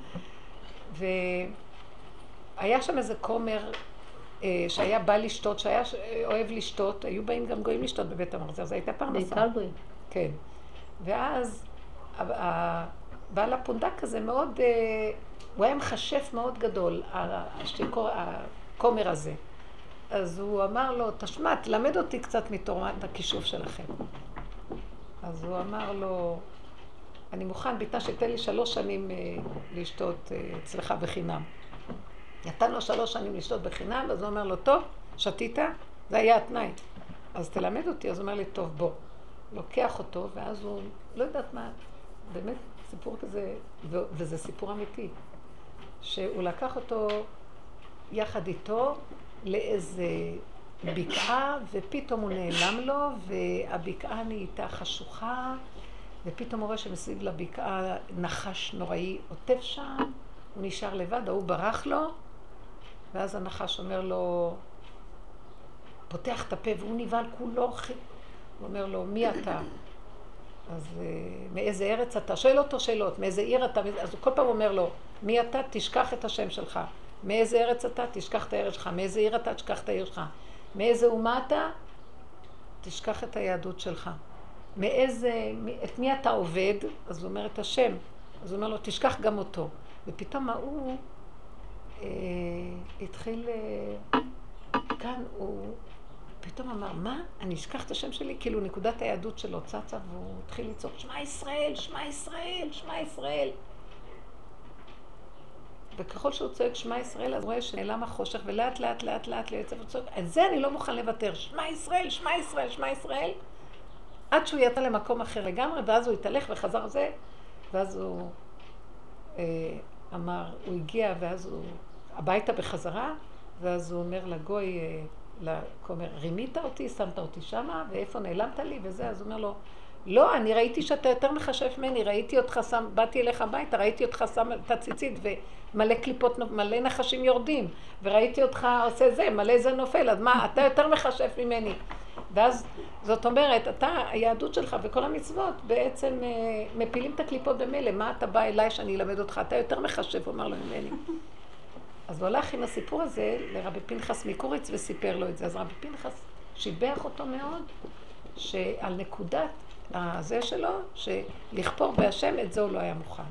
והיה שם איזה כומר שהיה בא לשתות, שהיה אוהב לשתות, היו באים גם גויים לשתות בבית המרזל, אז הייתה פרנסה. בעיקר גויים. כן. ואז בעל הפונדק הזה מאוד, הוא היה מחשף מאוד גדול, הכומר הזה. אז הוא אמר לו, תשמע, תלמד אותי קצת מתורת הכישוף שלכם. אז הוא אמר לו, אני מוכן, ביתה שתן לי 3 שנים לשתות אצלך בחינם. נתן לו 3 שנים לשתות בחינם, אז הוא אומר לו, טוב, שתית? זה היה התנאי. אז תלמד אותי, אז הוא אומר לי, טוב, בוא. לוקח אותו, ואז הוא, לא יודעת מה, באמת סיפור כזה, וזה סיפור אמיתי, שהוא לקח אותו יחד איתו לאיזה בקעה, ופתאום הוא נעלם לו, והבקעה נהייתה חשוכה, ופתאום הוא רואה שמסביב לבקעה נחש נוראי עוטף שם, הוא נשאר לבד, ההוא ברח לו, ואז הנחש אומר לו, פותח את הפה, והוא נבהל כולו, הוא אומר לו, מי אתה? אז מאיזה ארץ אתה? שואל אותו שאלות, מאיזה עיר אתה? אז הוא כל פעם אומר לו, מי אתה? תשכח את השם שלך. מאיזה ארץ אתה? תשכח את הארץ שלך. מאיזה עיר אתה? תשכח את העיר שלך. מאיזה אומה אתה? תשכח את היהדות שלך. את מי אתה עובד? אז הוא אומר את השם. אז הוא אומר לו, תשכח גם אותו. ופתאום הוא התחיל, כאן הוא פתאום אמר, מה? אני אשכח את השם שלי? כאילו נקודת היהדות שלו צצה, והוא התחיל לצעוק, שמע ישראל, שמע ישראל, שמע ישראל. וככל שהוא צועק שמע ישראל, אז הוא רואה שנעלם החושך, ולאט לאט לאט לאט ליצב וצועק, את זה אני לא מוכן לוותר, שמע ישראל, שמע ישראל, שמע ישראל, עד שהוא יצא למקום אחר לגמרי, ואז הוא התהלך וחזר זה, ואז הוא אמר, הוא הגיע, ואז הוא הביתה בחזרה, ואז הוא אומר לגוי, לכומר, רימית אותי, שמת אותי שמה, ואיפה נעלמת לי וזה, אז הוא אומר לו, לא, אני ראיתי שאתה יותר מחשף ממני, ראיתי אותך שם, באתי אליך הביתה, ראיתי אותך שם את הציצית ומלא קליפות, מלא נחשים יורדים, וראיתי אותך עושה זה, מלא זה נופל, אז מה, אתה יותר מחשף ממני. ואז זאת אומרת, אתה, היהדות שלך וכל המצוות בעצם מפילים את הקליפות במילא, מה אתה בא אליי שאני אלמד אותך, אתה יותר מחשף, אומר לו ממני. אז הוא הלך עם הסיפור הזה לרבי פנחס מקוריץ וסיפר לו את זה. אז רבי פנחס שיבח אותו מאוד, שעל נקודת הזה שלו, שלכפור בהשם, את זה הוא לא היה מוכן.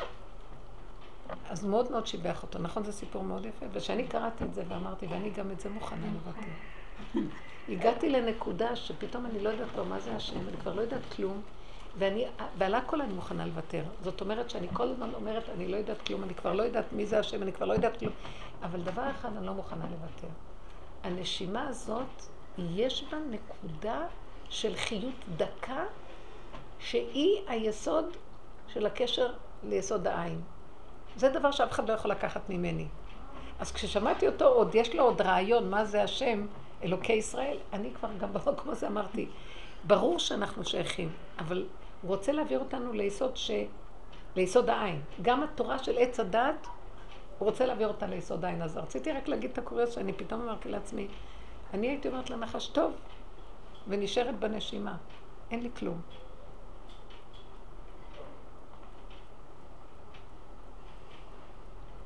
אז מאוד מאוד שיבח אותו. נכון, זה סיפור מאוד יפה. ושאני קראתי את זה ואמרתי, ואני גם את זה מוכנה לוותר. הגעתי לנקודה שפתאום אני לא יודעת לו מה זה השם, אני כבר לא יודעת כלום, ועל הכל אני מוכנה לוותר. זאת אומרת שאני כל הזמן אומרת, אני לא יודעת כלום, אני כבר לא יודעת מי זה השם, אני כבר לא יודעת כלום. אבל דבר אחד אני לא מוכנה לוותר. הנשימה הזאת, יש בה נקודה של חיות דקה, שהיא היסוד של הקשר ליסוד העין. זה דבר שאף אחד לא יכול לקחת ממני. אז כששמעתי אותו עוד, יש לו עוד רעיון, מה זה השם, אלוקי ישראל, אני כבר גם במקום הזה אמרתי, ברור שאנחנו שייכים, אבל הוא רוצה להעביר אותנו ליסוד העין. גם התורה של עץ הדת, הוא רוצה להעביר אותה ליסוד העין. אז רציתי רק להגיד את הקוריוז שאני פתאום אמרתי לעצמי, אני הייתי אומרת לנחש טוב, ונשארת בנשימה, אין לי כלום. אני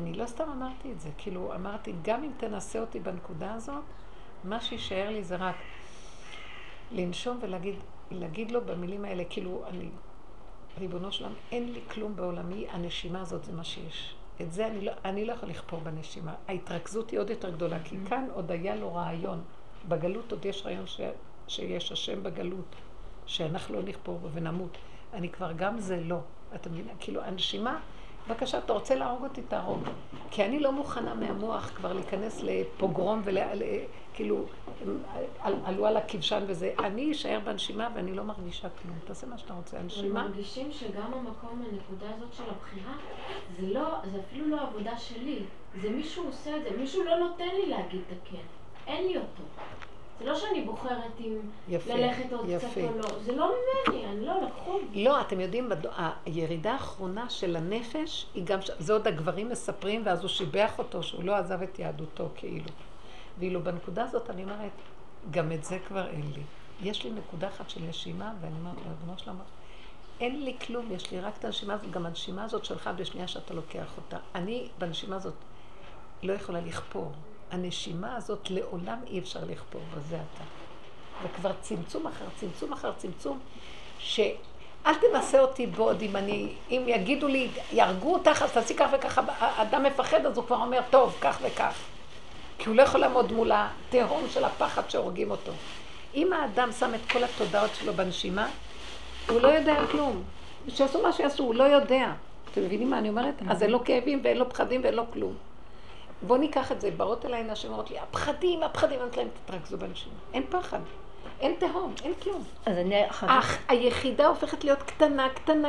אני לא סתם אמרתי את זה, כאילו אמרתי, גם אם תנסה אותי בנקודה הזאת, מה שישאר לי זה רק לנשום ולהגיד לו במילים האלה, כאילו ריבונו שלם, אין לי כלום בעולמי, הנשימה הזאת זה מה שיש. את זה אני לא יכול לכפור בנשימה. ההתרכזות היא עוד יותר גדולה, כי כאן עוד היה לו רעיון. בגלות עוד יש רעיון שיש השם בגלות, שאנחנו לא נכפור בו ונמות. אני כבר גם זה לא. אתה מבין? כאילו, הנשימה, בבקשה, אתה רוצה להרוג אותי, תהרוג. כי אני לא מוכנה מהמוח כבר להיכנס לפוגרום כאילו, עלו על הכבשן וזה. אני אשאר בנשימה ואני לא מרגישה כלום. תעשה מה שאתה רוצה, הנשימה. מרגישים שגם המקום, הנקודה הזאת של הבחירה, זה אפילו לא עבודה שלי. זה מישהו עושה את זה, מישהו לא נותן לי להגיד את הכן. אין לי אותו. זה לא שאני בוחרת אם ללכת עוד קצת או לא. זה לא ממני, אני לא לקחו. לא, אתם יודעים, הירידה האחרונה של הנפש, היא גם, זה עוד הגברים מספרים, ואז הוא שיבח אותו, שהוא לא עזב את יהדותו כאילו. ואילו בנקודה הזאת אני אומרת, גם את זה כבר אין לי. יש לי נקודה אחת של נשימה, ואני אומרת, לבנו שלמה, אין לי כלום, יש לי רק את הנשימה הזאת, גם הנשימה הזאת שלך בשנייה שאתה לוקח אותה. אני בנשימה הזאת לא יכולה לכפור. הנשימה הזאת לעולם אי אפשר לכפור, וזה אתה. וכבר צמצום אחר צמצום אחר צמצום, שאל תנסה אותי בעוד אם יגידו לי, ירגו אותך, אז תעשי כך וככה, האדם מפחד, אז הוא כבר אומר, טוב, כך וכך. כי הוא לא יכול לעמוד מול התהום של הפחד שהורגים אותו. אם האדם שם את כל התודעות שלו בנשימה, הוא לא יודע כלום. שיעשו מה שיעשו, הוא לא יודע. אתם מבינים מה אני אומרת? אז אין לו כאבים ואין לו פחדים ואין לו כלום. בואו ניקח את זה, באות אליי נשים אומרות לי, הפחדים, אני אומרת להם, תתרכזו בנשימה. אין פחד, אין תהום, אין כלום. אז אני אך היחידה הופכת להיות קטנה,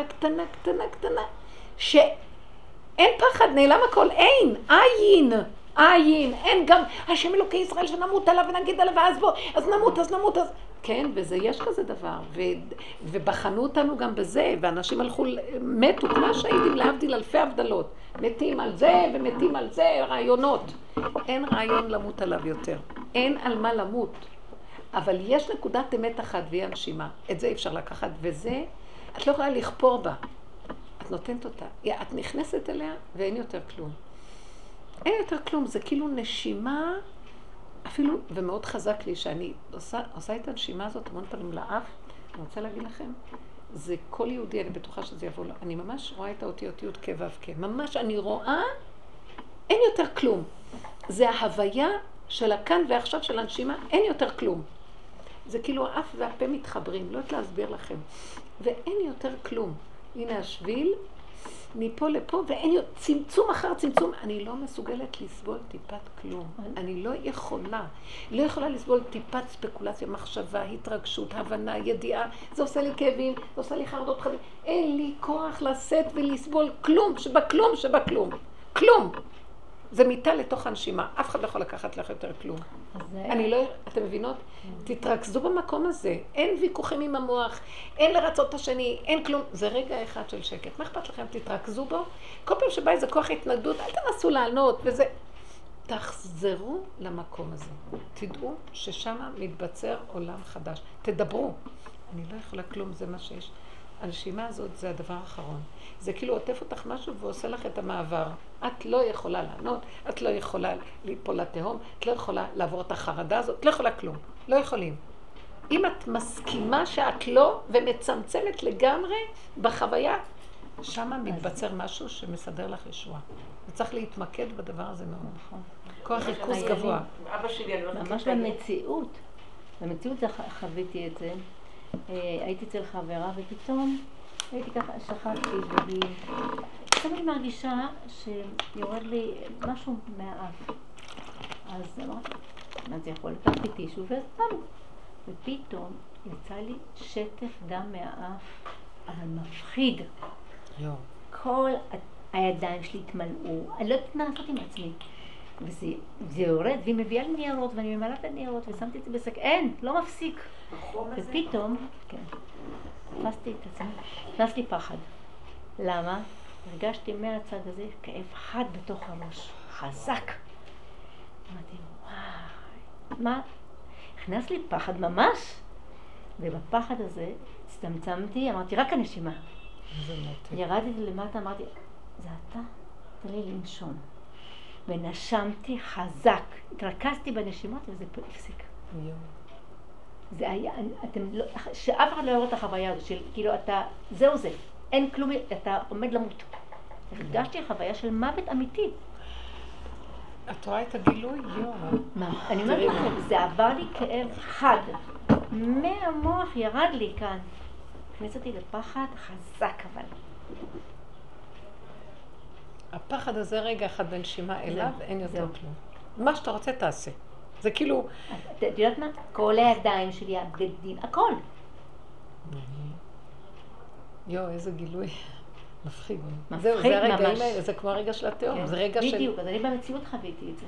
שאין פחד, נעלם הכל, עין, אין גם השם אלוקי ישראל שנמות עליו ונגיד עליו, אז נמות, כן, וזה יש כזה דבר, ובחנו אותנו גם בזה, ואנשים מתו, כמו שהייתם להבדיל אלפי הבדלות, מתים על זה ומתים על זה, רעיונות. אין רעיון למות עליו יותר, אין על מה למות, אבל יש נקודת אמת אחת והיא הנשימה, את זה אפשר לקחת, וזה, את לא יכולה לכפור בה, את נותנת אותה, את נכנסת אליה ואין יותר כלום. אין יותר כלום, זה כאילו נשימה, אפילו, ומאוד חזק לי שאני עושה את הנשימה הזאת המון פעמים לאף, אני רוצה להגיד לכם, זה כל יהודי, אני בטוחה שזה יבוא לו, אני ממש רואה את האותיות י' כ' ו' כ', ממש אני רואה, אין יותר כלום. זה ההוויה של הכאן ועכשיו של הנשימה, אין יותר כלום. זה כאילו האף והפה מתחברים, לא יודעת להסביר לכם, ואין יותר כלום. הנה השביל, מפה לפה, ואין צמצום אחר צמצום. אני לא מסוגלת לסבול טיפת כלום. אני לא יכולה לסבול טיפת ספקולציה, מחשבה, התרגשות, הבנה, ידיעה. זה עושה לי כאבים, זה עושה לי חרדות חדים. אין לי כוח לשאת ולסבול כלום, שבכלום. כלום. זה מיטה לתוך הנשימה. אף אחד לא יכול לקחת לך יותר כלום. אתם מבינות? תתרכזו במקום הזה. אין ויכוחים עם המוח, אין לרצות את השני, אין כלום. זה רגע אחד של שקט. מה אכפת לכם? תתרכזו בו. כל פעם שבא איזה כוח התנגדות, אל תנסו לענות וזה. תחזרו למקום הזה. תדעו ששם מתבצר עולם חדש. תדברו. אני לא יכולה כלום, זה מה שיש. הנשימה הזאת זה הדבר האחרון. זה כאילו עוטף אותך משהו ועושה לך את המעבר. את לא יכולה לענות, את לא יכולה ליפול לתהום, את לא יכולה לעבור את החרדה הזאת, את לא יכולה כלום. לא יכולים. אם את מסכימה שאת לא ומצמצמת לגמרי בחוויה, שמה מתבצר משהו שמסדר לך ישועה. וצריך להתמקד בדבר הזה מאוד. נכון. כוח ריכוז גבוה. אבא שלי, אני לא ממש במציאות חוויתי את זה. הייתי אצל חברה ופתאום הייתי ככה, שכבתי תמיד מרגישה שיורד לי משהו מהאף. אז אמרתי, מה זה יכול? לקחתי טישו וסתם. ופתאום יצא לי שטף דם מהאף, אבל מפחיד. כל הידיים שלי התמלאו, אני לא יודעת מה לעשות עם עצמי. וזה יורד, והיא מביאה לי ניירות, ואני ממלאה את הניירות, ושמתי את זה בשק, אין, לא מפסיק. ופתאום, כן, תפסתי את עצמי, תפס לי פחד. למה? הרגשתי מהצד הזה כאב חד בתוך הראש, חזק. אמרתי, וואי, מה? הכנס לי פחד ממש, ובפחד הזה הצטמצמתי, אמרתי, רק הנשימה. ירדתי למטה, אמרתי, זה אתה? תן לי לנשום. ונשמתי חזק. התרכזתי בנשימות וזה הפסיק. זה היה, אתם לא, שאף אחד לא יורד את החוויה הזו של, כאילו אתה, זהו זה, אין כלום, אתה עומד למות. הרגשתי חוויה של מוות אמיתי. את רואה את הגילוי? מה? אני אומרת לכם, זה עבר לי כאב חד. מהמוח ירד לי כאן. הכניס אותי לפחד חזק אבל. הפחד הזה רגע אחד בנשימה אליו, אין יותר כלום. מה שאתה רוצה תעשה. זה כאילו... את יודעת מה? כל הידיים שלי, הבגדים, הכל. איזה גילוי. מפחיד. ממש. זהו, זה הרגעים האלה, זה כמו הרגע של התיאום. זה רגע של... בדיוק, אז אני במציאות חוויתי את זה.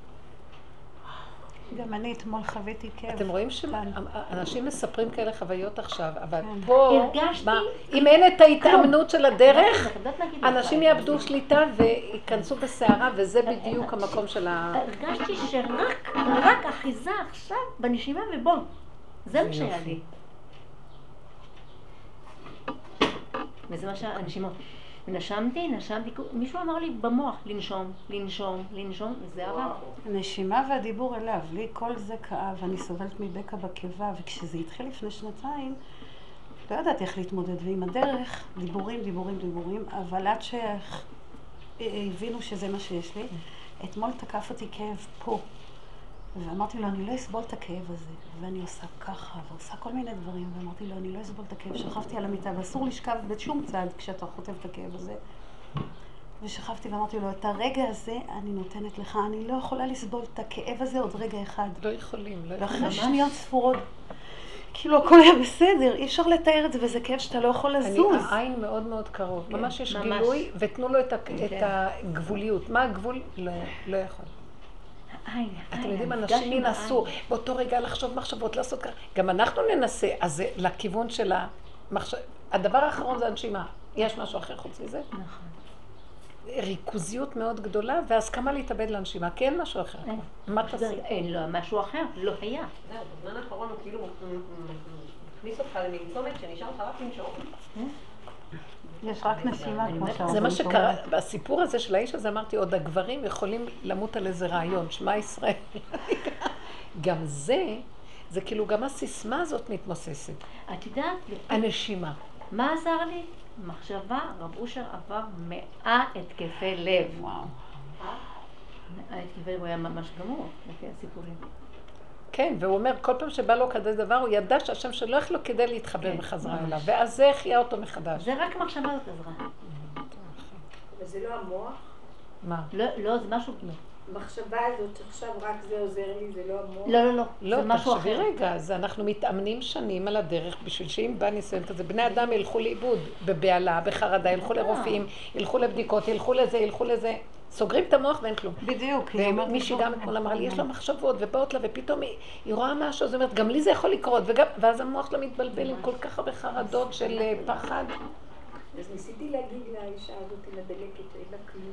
גם אני אתמול חוויתי כאב. אתם רואים שאנשים מספרים כאלה חוויות עכשיו, אבל פה, הרגשתי... אם אין את ההתאמנות של הדרך, אנשים יאבדו שליטה וייכנסו בסערה, וזה בדיוק המקום של ה... הרגשתי שרק אחיזה עכשיו בנשימה ובוא. זה מה שהיה לי. וזה מה שהנשימות. ונשמתי, מישהו אמר לי במוח, לנשום, וזה עבר. הנשימה והדיבור אליו, לי כל זה כאב, אני סובלת מבקע בקיבה, וכשזה התחיל לפני 2 לא ידעתי איך להתמודד, ועם הדרך, דיבורים, אבל עד שהבינו שזה מה שיש לי, אתמול תקף אותי כאב פה, ואמרתי לו, אני לא אסבול את הכאב הזה, ואני עושה ככה, ועושה כל מיני דברים, ואמרתי לו, אני לא אסבול את הכאב, שכבתי על המיטה, ואסור לשכב בשום צד כשאתה חוטף את הכאב הזה. ושכבתי ואמרתי לו, את הרגע הזה אני נותנת לך, אני לא יכולה לסבול את הכאב הזה עוד רגע אחד. לא יכולים. ואחרי שניות ספורות, כאילו הכל היה בסדר, אי אפשר לתאר את זה, וזה כאב שאתה לא יכול לזוז. העין מאוד מאוד קרוב, ממש יש גילוי, ותנו לו את הגבוליות. מה הגבול? לא יכול. אתם יודעים, אנשים ינסו באותו רגע לחשוב מחשבות, לעשות ככה. גם אנחנו ננסה, אז זה לכיוון של הדבר האחרון זה הנשימה. יש משהו אחר חוץ מזה? נכון. ריכוזיות מאוד גדולה, והסכמה להתאבד לנשימה, כי אין משהו אחר. מה תעשי? אין לו משהו אחר, לא היה. זהו, בזמן האחרון הוא כאילו מכניס אותך למין שנשאר לך רק לנשום. יש רק נשימה כמו שאומרים. זה מה שקרה, בסיפור הזה של האיש הזה אמרתי, עוד הגברים יכולים למות על איזה רעיון, שמע ישראל. גם זה כאילו גם הסיסמה הזאת מתמוססת. את יודעת? הנשימה. מה עזר לי? מחשבה, רב אושר עבר 100 התקפי לב. וואו. התקפי לב הוא היה ממש גמור, לפי הסיפורים. כן, והוא אומר, כל פעם שבא לו כזה דבר, הוא ידע שהשם שלא איך לו כדי להתחבר בחזרה אליו, ואז זה החייה אותו מחדש. זה רק מחשבה זאת עזרה. וזה לא המוח? מה? לא, זה משהו... המחשבה הזאת שעכשיו רק זה עוזר לי, זה לא המוח? לא, זה משהו אחר. תחשבי רגע, אז אנחנו מתאמנים שנים על הדרך, בשביל שאם בא ניסיון כזה, בני אדם ילכו לאיבוד, בבעלה, בחרדה, ילכו לרופאים, ילכו לבדיקות, ילכו לזה, סוגרים את המוח ואין כלום. בדיוק. ומישהי גם אתמול אמרה לי, יש לה מחשבות ובאות לה, ופתאום היא רואה משהו, זאת אומרת, גם לי זה יכול לקרות, ואז המוח שלה מתבלבל עם כל כך הרבה חרדות של פחד. אז ניסיתי להגיד לאישה הזאת, לדלקת, שאין לה כלום.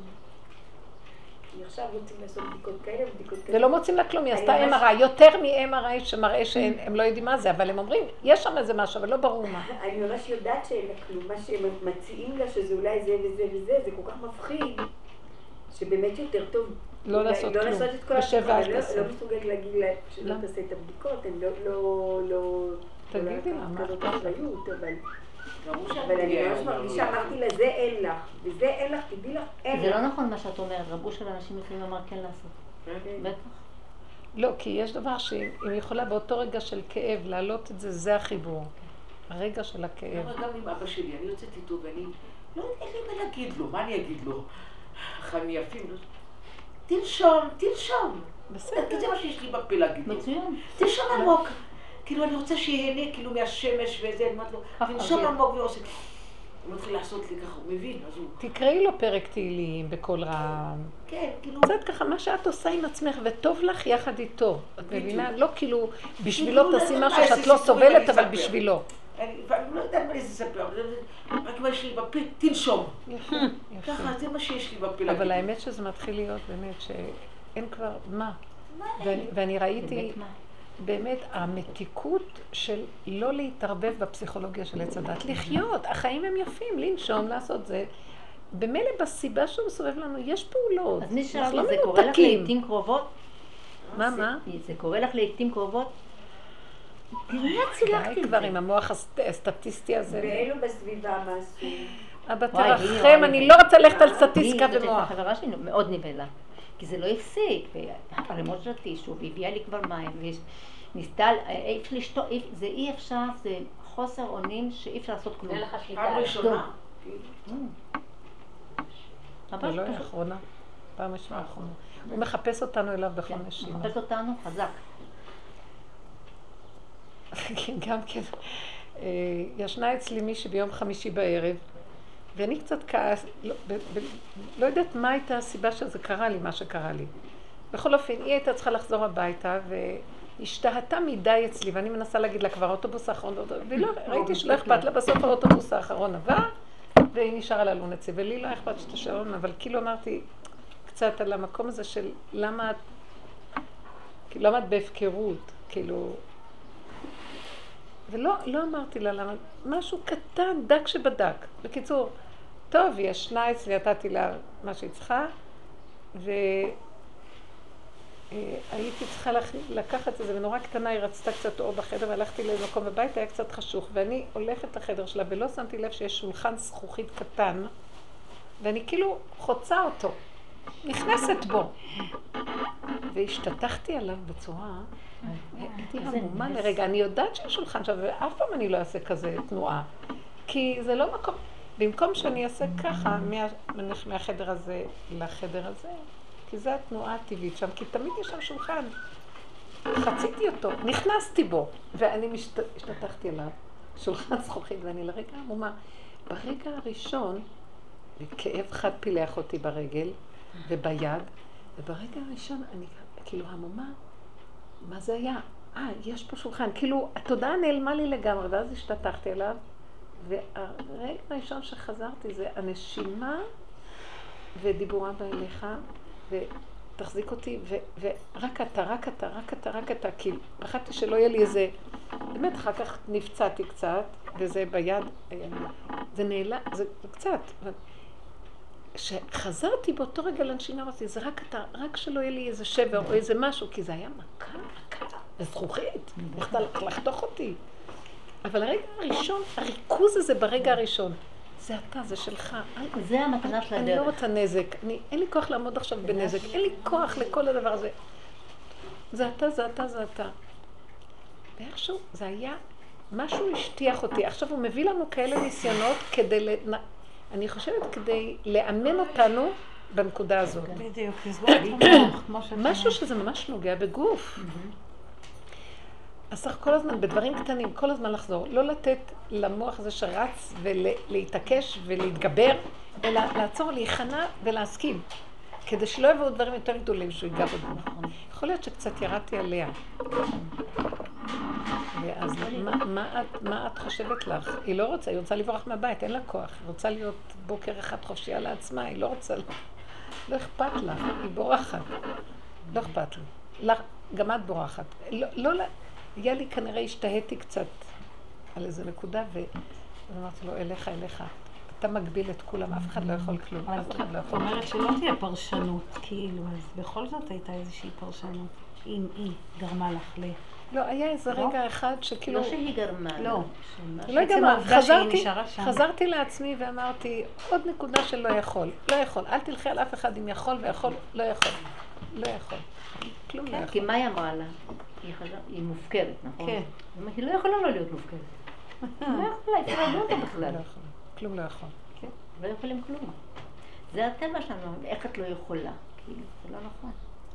כי עכשיו רוצים לעשות בדיקות כאלה ובדיקות כאלה. ולא מוצאים לה כלום, היא עשתה MRI, יותר מ-MRI שמראה שהם לא יודעים מה זה, אבל הם אומרים, יש שם איזה משהו, אבל לא ברור מה. אני ממש יודעת שאין לה כלום, מה שהם מציעים לה שזה אולי זה וזה וזה, זה כל כך מפחיד, שבאמת יותר טוב לא לעשות כלום, בשבע אל תעשה. לא מסוגלת להגיד לה שלא תעשה את הבדיקות, הם לא... תגידי לה, מה? כזאת אחריות, אבל אני ממש מרגישה, אמרתי לה, זה אין לך, וזה אין לך, תדעי לך, אין לך. זה לא נכון מה שאת אומרת, רבו של אנשים לפעמים אמר כן לעשות. בטח. לא, כי יש דבר שאם יכולה באותו רגע של כאב להעלות את זה, זה החיבור. הרגע של הכאב. גם עם אבא שלי, אני יוצאת איתו ואני... לא, אין לי מה להגיד לו, מה אני אגיד לו? חיים יפים, תנשום. בסדר. זה מה שיש לי בפה להגיד לו. מצוין. תנשום עמוק. כאילו אני רוצה שיהנה כאילו מהשמש וזה, אני אומרת לו, תנשום עמוק ועושה. הוא מתחיל לעשות לי ככה, הוא מבין, אז הוא... תקראי לו פרק תהילים בקול רם. כן, כאילו... קצת ככה, מה שאת עושה עם עצמך, וטוב לך יחד איתו. את מבינה? לא כאילו, בשבילו תעשי משהו שאת לא סובלת, אבל בשבילו. ואני לא יודעת מה לספר, רק מה יש לי בפה, תנשום. ככה, זה מה שיש לי בפה. אבל האמת שזה מתחיל להיות באמת שאין כבר מה. ואני ראיתי באמת המתיקות של לא להתערבב בפסיכולוגיה של עץ הדת. לחיות, החיים הם יפים, לנשום, לעשות זה. במילא בסיבה שהוא מסובב לנו, יש פעולות. אז מי אנחנו שאלה, לא זה קורה לך מנותקים. לעתים קרובות? מה? זה קורה לך לעתים קרובות? די כבר עם המוח הסטטיסטי הזה. ואלו בסביבה מה עשו? אבא וואי, תרחם, אני לא רוצה ללכת על סטטיסטיקה היא ומוח. החברה שלי מאוד נבלה, כי זה לא הפסיק, והרמות של הטישו, והביאה לי כבר מים, וניסתה, איפה לשתות, זה אי אפשר, זה חוסר אונים שאי אפשר לעשות כלום. אין לך שליטה. פעם ראשונה. זה לא האחרונה, פעם ראשונה האחרונה. הוא מחפש אותנו אליו בכל נשימה. מחפש אותנו חזק. גם כן, ישנה אצלי מישהי ביום חמישי בערב, ואני קצת כעס, לא יודעת מה הייתה הסיבה שזה קרה לי, מה שקרה לי. בכל אופן, היא הייתה צריכה לחזור הביתה, והשתהתה מדי אצלי, ואני מנסה להגיד לה כבר האוטובוס האחרון, ולא, ראיתי שלא אכפת לה, בסוף האוטובוס האחרון עבר, והיא נשארה ללון אצלי, ולי לא אכפת שתשארון, אבל כאילו אמרתי קצת על המקום הזה של למה את בהפקרות, כאילו, ולא אמרתי לה למה, משהו קטן, דק שבדק. בקיצור, טוב, היא ישנה אצלי, נתתי לה מה שהיא צריכה, והייתי צריכה לקחת את זה, ונורא קטנה, היא רצתה קצת אור בחדר, והלכתי למקום בבית, היה קצת חשוך, ואני הולכת לחדר שלה, ולא שמתי לב שיש שולחן זכוכית קטן, ואני כאילו חוצה אותו, נכנסת בו. והשתתחתי עליו בצורה, הייתי המומה לרגע, אני יודעת שיש שולחן שם, ואף פעם אני לא אעשה כזה תנועה, כי זה לא מקום, במקום שאני אעשה ככה, מהחדר הזה לחדר הזה, כי זו התנועה הטבעית שם, כי תמיד יש שם שולחן, חציתי אותו, נכנסתי בו, ואני השתתחתי עליו, שולחן זכוכית, ואני לרגע המומה, ברגע הראשון, כאב חד פילח אותי ברגל וביד, וברגע הראשון אני כאילו המומה, מה זה היה? יש פה שולחן, כאילו התודעה נעלמה לי לגמרי, ואז השתתחתי עליו, והרגע הראשון שחזרתי זה הנשימה ודיבורה באליך, ותחזיק אותי, ורק אתה, כי פחדתי שלא יהיה לי איזה, באמת אחר כך נפצעתי קצת, וזה ביד, זה נעלה, זה קצת, שחזרתי באותו רגע לנשימה, אמרתי, זה רק אתה, רק שלא יהיה לי איזה שבר או איזה משהו, כי זה היה מכה, וזכוכית, יכתה לחתוך אותי. אבל הרגע הראשון, הריכוז הזה ברגע הראשון, זה אתה, זה שלך. זה המתנה של הדרך. אני לא רוצה נזק, אין לי כוח לעמוד עכשיו בנזק, אין לי כוח לכל הדבר הזה. זה אתה. ואיכשהו, זה היה, משהו השטיח אותי. עכשיו הוא מביא לנו כאלה ניסיונות כדי אני חושבת כדי לאמן אותנו בנקודה הזאת. בדיוק, לסגור את המוח, כמו שאתה אומר. משהו שזה ממש נוגע בגוף. אז צריך כל הזמן, בדברים קטנים, כל הזמן לחזור. לא לתת למוח הזה שרץ ולהתעקש ולהתגבר, אלא לעצור, להיכנע ולהסכים. כדי שלא יבואו דברים יותר גדולים שהוא ייגע בגוף. יכול להיות שקצת ירדתי עליה. ואז מה את חושבת לך? היא לא רוצה, היא רוצה לברוח מהבית, אין לה כוח. היא רוצה להיות בוקר אחד חופשייה לעצמה, היא לא רוצה, לא אכפת לה, היא בורחת. לא אכפת לה. גם את בורחת. היה לי כנראה השתהיתי קצת על איזו נקודה, ואמרתי לו, אליך. אתה מגביל את כולם, אף אחד לא יכול כלום, אף אחד לא יכול. זאת אומרת שלא תהיה פרשנות, כאילו, אז בכל זאת הייתה איזושהי פרשנות, אם היא גרמה לך ל... לא, היה איזה רגע אחד שכאילו... לא שהיא גרמה. לא. לא גרמה, חזרתי לעצמי ואמרתי, עוד נקודה שלא יכול. לא יכול, אל תלכי על אף אחד אם יכול ויכול, לא יכול. לא יכול. כלום לא יכול. כי מה היא אמרה לה? היא מופקרת, נכון? כן. היא לא יכולה לא להיות מופקרת. היא לא יכולה, היא יכולה להיות בכלל. כלום לא יכול. כן, לא יכולים כלום. זה הטבע שלנו, איך את לא יכולה? כאילו, זה לא נכון.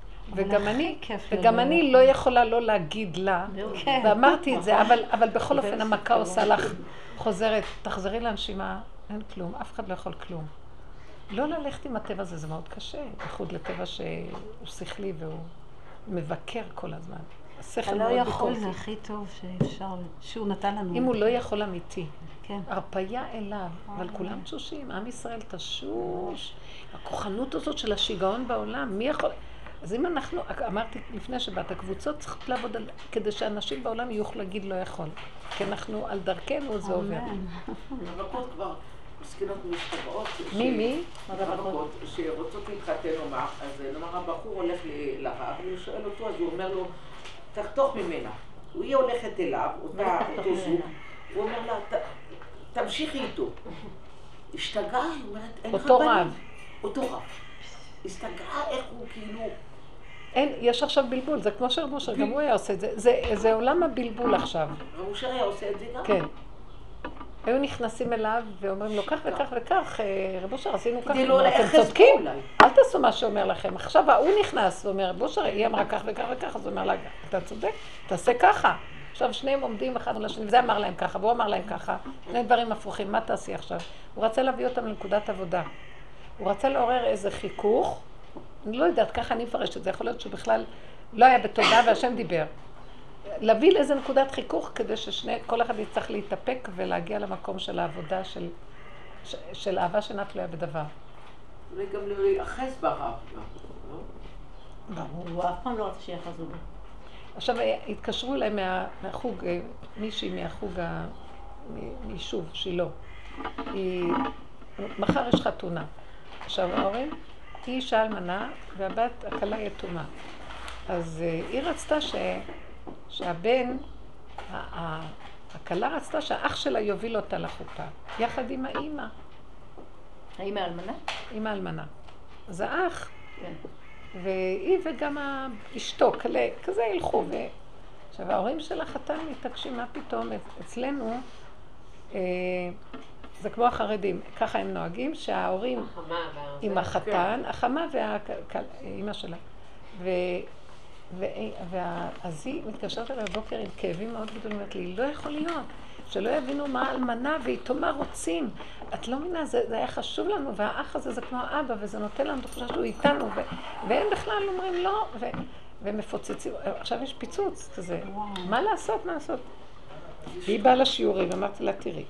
וגם אני לא יכולה לא להגיד לה, ואמרתי את זה, אבל בכל אופן המכה עושה לך חוזרת, תחזרי לנשימה, אין כלום, אף אחד לא יכול כלום. לא ללכת עם הטבע הזה, זה מאוד קשה, בייחוד לטבע שהוא שכלי והוא מבקר כל הזמן. השכל מאוד ביקורתי. לא יכול, זה הכי טוב שאפשר, שהוא נתן לנו. אם הוא לא יכול אמיתי. כן. הרפאיה אליו, אבל כולם תשושים, עם ישראל תשוש. הכוחנות הזאת של השיגעון בעולם, מי יכול... אז אם אנחנו, אמרתי לפני שבאת, הקבוצות צריכות לעבוד כדי שאנשים בעולם יוכלו להגיד לא יכול. כי אנחנו על דרכנו זה עובר. נבקות כבר מסכנות משתגעות. מי? רווקות, שרוצות להתחתן או מה, אז נאמר הבחור הולך לרב, והוא שואל אותו, אז הוא אומר לו, תחתוך ממנה. היא הולכת אליו, אותו זוג, הוא אומר לה, תמשיכי איתו. השתגעה, היא אומרת, אין לך אותו בנים. רב. אותו רב. השתגעה איך הוא כאילו... אין, יש עכשיו בלבול, זה כמו שרב אושר, גם הוא היה עושה את זה. זה עולם הבלבול עכשיו. רב אושר היה עושה את זה גם? כן. היו נכנסים אליו ואומרים לו כך וכך וכך, רב אושר עשינו כך, אתם צודקים, אל תעשו מה שאומר לכם. עכשיו הוא נכנס ואומר, רב אושר, היא אמרה כך וכך וכך, אז הוא אומר לה, אתה צודק, תעשה ככה. עכשיו שניהם עומדים אחד על השני, וזה אמר להם ככה, והוא אמר להם ככה, שני דברים הפוכים, מה תעשי עכשיו? הוא רצה להביא אותם לנקודת עבודה. הוא רצה לעורר איזה חיכוך, אני לא יודעת, ככה אני מפרשת את זה, יכול להיות שהוא בכלל לא היה בתודה והשם דיבר. להביא לאיזה נקודת חיכוך כדי כל אחד יצטרך להתאפק ולהגיע למקום של העבודה של אהבה שאינה תלויה בדבר. אולי גם להיאחז ברב. הוא אף פעם לא רוצה שיחזו בו. עכשיו התקשרו אליי מהחוג, מישהי מהחוג מיישוב, שילה. מחר יש חתונה. עכשיו ההורים, היא אישה אלמנה והבת הכלה יתומה. אז היא רצתה שהבן, הכלה רצתה שהאח שלה יוביל אותה לחופה, יחד עם האמא. האמא האלמנה? אמא אלמנה. אז האח, כן. והיא וגם אשתו, כזה ילכו. עכשיו ההורים של החתן מתעקשים, מה פתאום? אצלנו, זה כמו החרדים, ככה הם נוהגים, שההורים עם החתן, החמה והאמא שלה. אז היא מתקשרת אליי בבוקר עם כאבים מאוד גדולים, אמרת לי, לא יכול להיות, שלא יבינו מה אלמנה ויתומה רוצים. את לא מבינה, זה היה חשוב לנו, והאח הזה זה כמו האבא, וזה נותן לנו תחושה שהוא איתנו, והם בכלל אומרים לא, ומפוצצים. עכשיו יש פיצוץ כזה, מה לעשות? והיא באה לשיעורים, אמרתי לה, תראי.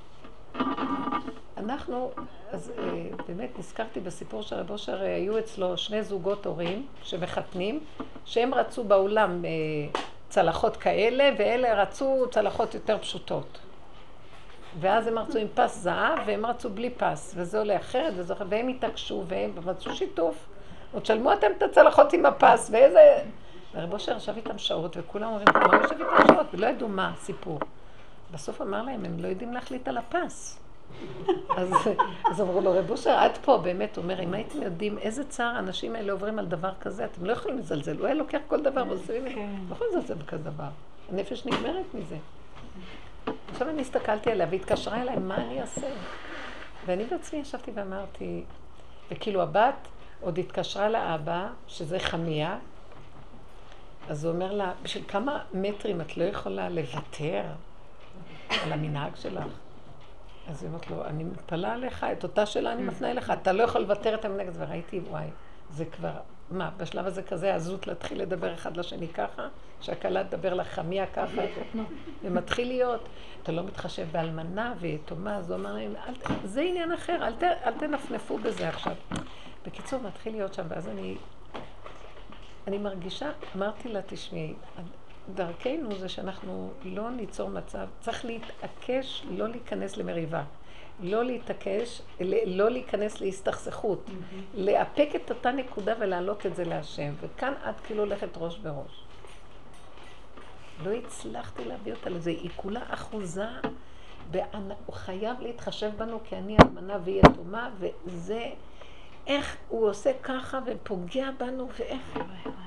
אנחנו, אז באמת נזכרתי בסיפור של רב אושר, היו אצלו שני זוגות הורים שמחתנים, שהם רצו באולם צלחות כאלה, ואלה רצו צלחות יותר פשוטות. ואז הם רצו עם פס זהב, והם רצו בלי פס, וזה עולה אחרת, והם התעקשו, והם רצו שיתוף. עוד שלמו אתם את הצלחות עם הפס, ואיזה... רב אושר ישב איתם שעות, וכולם אומרים, מה ישב איתם שעות? ולא ידעו מה הסיפור. בסוף אמר להם, הם לא יודעים להחליט על הפס. אז אמרו לו, רב אושר, עד פה באמת, אומר, אם הייתם יודעים איזה צער האנשים האלה עוברים על דבר כזה, אתם לא יכולים לזלזל, הוא היה לוקח כל דבר ועושים, לא יכולים לזלזל בכזה דבר. הנפש נגמרת מזה. עכשיו אני הסתכלתי עליה והתקשרה אליי, מה אני אעשה? ואני בעצמי ישבתי ואמרתי, וכאילו הבת עוד התקשרה לאבא, שזה חמיה, אז הוא אומר לה, בשביל כמה מטרים את לא יכולה לוותר על המנהג שלך? אז היא אומרת לו, אני מתפלה עליך, את אותה שאלה אני מפנה אליך, אתה לא יכול לוותר את המנהג הזה, וראיתי, וואי, זה כבר, מה, בשלב הזה כזה עזות להתחיל לדבר אחד לשני ככה, שהקלה תדבר לחמיה ככה, ומתחיל להיות, אתה לא מתחשב באלמנה ויתומה, אז הוא אמר להם, זה עניין אחר, אל תנפנפו בזה עכשיו. בקיצור, מתחיל להיות שם, ואז אני מרגישה, אמרתי לה, תשמעי, דרכנו זה שאנחנו לא ניצור מצב, צריך להתעקש, לא להיכנס למריבה, לא להתעקש, לא להיכנס להסתכסכות, לאפק את אותה נקודה ולהעלות את זה להשם, וכאן את כאילו הולכת ראש בראש. לא הצלחתי להביא אותה לזה, היא כולה אחוזה, הוא חייב להתחשב בנו כי אני אלמנה והיא יתומה, וזה איך הוא עושה ככה ופוגע בנו ואיך.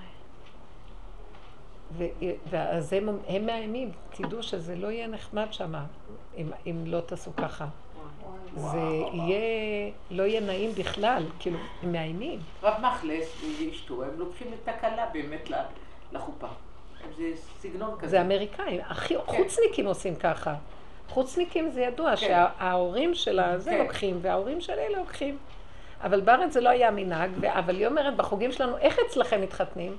ואז הם מאיימים, תדעו שזה לא יהיה נחמד שם, אם לא תעשו ככה. זה יהיה, לא יהיה נעים בכלל, כאילו, הם מאיימים. רב מחלס ואשתו, הם לוקחים את הכלה באמת לחופה. זה סגנון כזה. זה אמריקאים, חוצניקים עושים ככה. חוצניקים זה ידוע שההורים שלה זה לוקחים, וההורים של אלה לוקחים. אבל בארץ זה לא היה מנהג, אבל היא אומרת, בחוגים שלנו, איך אצלכם מתחתנים?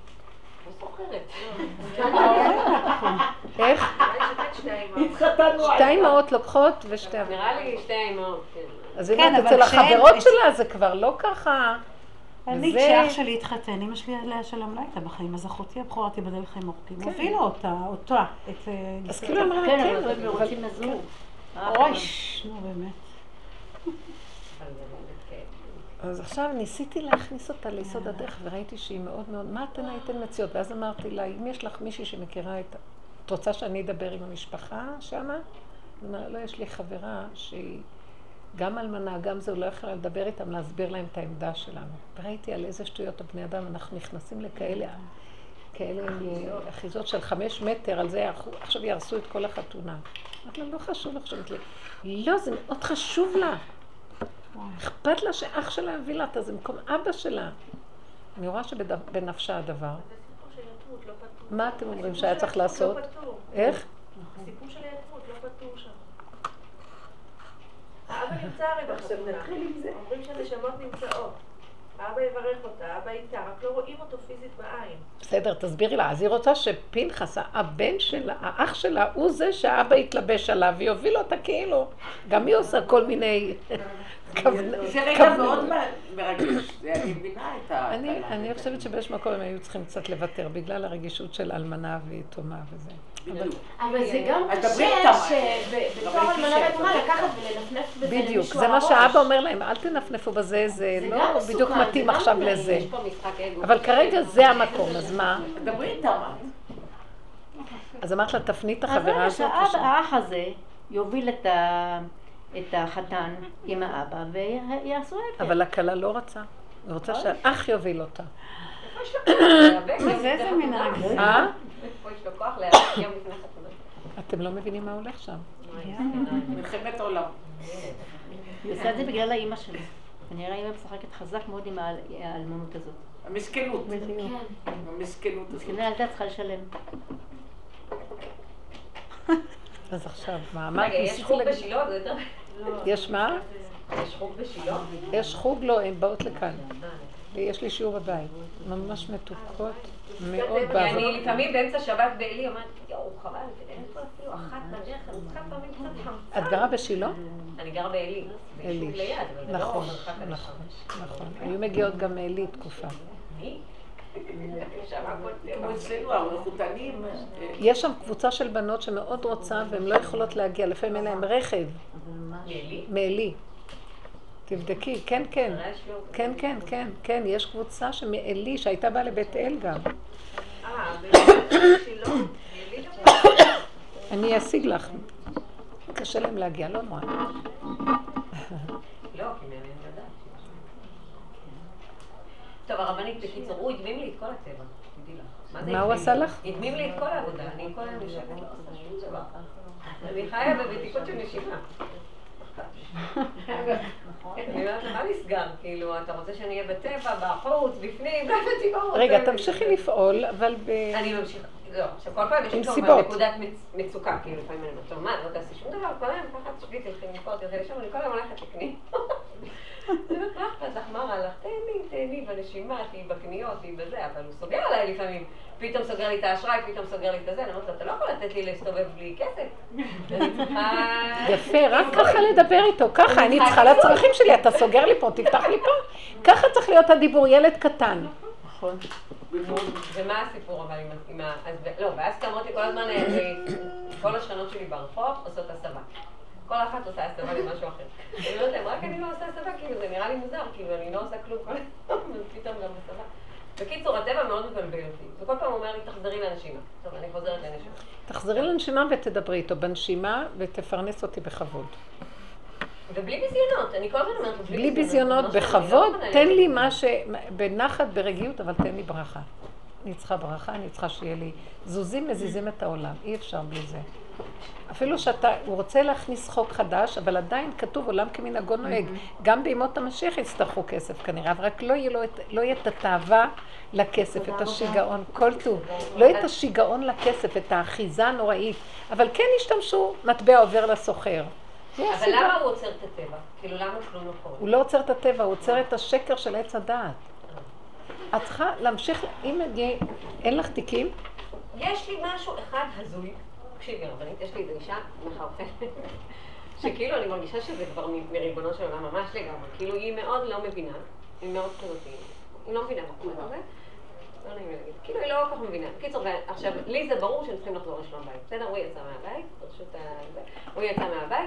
איך? שתי אמהות לוקחות ושתי... נראה לי שתי אמהות, כן. אז אם את אצל החברות שלה זה כבר לא ככה. אני, כשאח שלי התחתן, אמא שלי עליה שלום לא הייתה בחיים, אז אחותי הבכורה תיבדל חיים ארוכים. הובילה אותה, אז כאילו אמרה, כן, אבל רוצים לזור. אוי, נו באמת. אז עכשיו ניסיתי להכניס אותה ליסוד הדרך, וראיתי שהיא מאוד מאוד, מה אתן הייתן מציעות? ואז אמרתי לה, אם יש לך מישהי שמכירה את רוצה שאני אדבר עם המשפחה שמה? לא, יש לי חברה שהיא גם אלמנה, גם זה, הוא לא יכולה לדבר איתם, להסביר להם את העמדה שלנו. וראיתי על איזה שטויות הבני אדם, אנחנו נכנסים לכאלה אחיזות של 5 מטר, על זה עכשיו ירסו את כל החתונה. אמרתי לה, לא חשוב לך, לא, זה מאוד חשוב לה. אכפת לה שאח שלה הביא לה, זה במקום אבא שלה. אני רואה שבנפשה הדבר. מה אתם אומרים שהיה צריך לעשות? איך? הסיפור של היתמות לא פתור שם. האבא נמצא הרי בחתונה. אומרים שהנשמות נמצאות. האבא יברך אותה, האבא איתה, רק לא רואים אותו פיזית בעין. בסדר, תסבירי לה. אז היא רוצה שפנחס, הבן שלה, האח שלה, הוא זה שהאבא יתלבש עליו ויוביל אותה כאילו. גם היא עושה כל מיני... זה רגע מאוד מרגש, אני מבינה את ה... אני חושבת שבאיזשהו מקום הם היו צריכים קצת לוותר בגלל הרגישות של אלמנה ויתומה וזה. אבל זה גם קשה שבתור אלמנה ויתומה לקחת ולנפנף בזה למישהו בדיוק, זה מה שהאבא אומר להם, אל תנפנפו בזה, זה לא בדיוק מתאים עכשיו לזה. אבל כרגע זה המקום, אז מה? דברי איתם. אז אמרת לה, תפני את החברה הזאת. אז האח הזה יוביל את החתן עם האבא ויעשו את זה. אבל הכלה לא רצה. היא רוצה שהאח יוביל אותה. זה איזה מנהג. איפה יש לו כוח להיאבק יום לפני חתונה? אתם לא מבינים מה הולך שם. מלחמת עולם. היא עושה את זה בגלל האמא שלי. אני רואה אמא משחקת חזק מאוד עם האלמנות הזאת. המסכנות. המסכנות הזאת. מסכנה ילדה צריכה לשלם. אז עכשיו, מה? רגע, יש חוג בשילה? זה יותר... יש מה? יש חוג בשילה? יש חוג? לא, הן באות לכאן. יש לי שיעור בבית. ממש מתוקות, מאוד בעבר. אני לפעמים באמצע שבת בעלי אומרת, יאו, חבל, אין פה אפילו אחת בדרך, אני צריכה פעמים קצת חמצה. את גרה בשילה? אני גרה בעלי, ביישוב ליד, אבל זה לא מרחק על השמש. נכון. היו מגיעות גם מעלי תקופה. מי? כמו אצלנו, המחותנים. יש שם קבוצה של בנות שמאוד רוצה והן לא יכולות להגיע, לפעמים אין להם רכב. מעלי. תבדקי, כן, כן. כן, כן, כן, כן. יש קבוצה שמעלי, שהייתה באה לבית אל גם. אני אשיג לך. קשה להם להגיע, לא נורא. לא, כי מעניין לדעת. טוב, הרבנית, בקיצור, הוא הדמים לי את כל הטבע. מה הוא עשה לך? הדמים לי את כל העבודה. אני כל היום יושבת, לא עושה שום דבר. אני חיה בבדיקות של נשימה. אני אומרת, מה נסגר? כאילו, אתה רוצה שאני אהיה בטבע, בחוץ, בפנים, לא הבאתי בחוץ. רגע, תמשיכי לפעול, אבל אני ממשיכה. לא, עכשיו כל פעם יש לי נקודת מצוקה, כאילו, לפעמים אני אומרת, מה, לא תעשי שום דבר, כל היום ככה תשבי, תלכי מפה, תלכי לשם, אני כל היום הולכת לקני. זה לא לך מרה לך, תהני בנשימה, תהי בקניות, תהי בזה, אבל הוא סוגר עליי לפעמים. פתאום סוגר לי את האשראי, פתאום סוגר לי את הזה, אני אומרת לו, אתה לא יכול לתת לי להסתובב בלי כסף. יפה, רק ככה לדבר איתו, ככה, אני צריכה לצרכים שלי, אתה סוגר לי פה, תפתח לי פה. ככה צריך להיות הדיבור, ילד קטן. נכון. ומה הסיפור אבל עם ה... לא, ואז כאמרות לי כל הזמן, כל השכנות שלי ברחוב עושות הסבה. כל אחת עושה הסבה למשהו אחר. אני אומרת להם, רק אני לא עושה הסבה, כאילו זה נראה לי מוזר, כאילו אני לא עושה כלום כל הזמן, ופתאום גם הסבה. בקיצור, הטבע מאוד מבלבל אותי, וכל פעם הוא אומר לי, תחזרי לנשימה. טוב, אני חוזרת לנשימה. תחזרי לנשימה ותדברי איתו בנשימה ותפרנס אותי בכבוד. ובלי ביזיונות, אני כל הזמן אומרת, בלי ביזיונות, בכבוד, תן לי מה ש... בנחת, ברגיעות, אבל תן לי ברכה. אני צריכה ברכה, אני צריכה שיהיה לי... זוזים מזיזים את העולם, אי אפשר בלי זה. אפילו הוא רוצה להכניס חוק חדש, אבל עדיין כתוב עולם כמנהגו נוהג. גם בימות המשיח יצטרכו כסף כנראה, אבל רק לא יהיה את התאווה לכסף, את השיגעון, כל טוב. לא יהיה את השיגעון לכסף, את האחיזה הנוראית, אבל כן ישתמשו, מטבע עובר לסוחר. אבל למה הוא עוצר את הטבע? כאילו למה כלום לא קורה? הוא לא עוצר את הטבע, הוא עוצר את השקר של עץ הדעת. את צריכה להמשיך, אם אין לך תיקים? יש לי משהו אחד הזוי. תקשיבי רבנית, יש לי דרישה מחרפנת, שכאילו אני מרגישה שזה כבר מריבונו של עולם ממש לגמרי, כאילו היא מאוד לא מבינה, היא מאוד כזאתי, היא לא מבינה מה קורה, לא נעים להגיד, כאילו היא לא כל כך מבינה. בקיצור, עכשיו, לי זה ברור שהם צריכים לחזור לשלום בית, בסדר? הוא יצא מהבית, הוא יצא מהבית,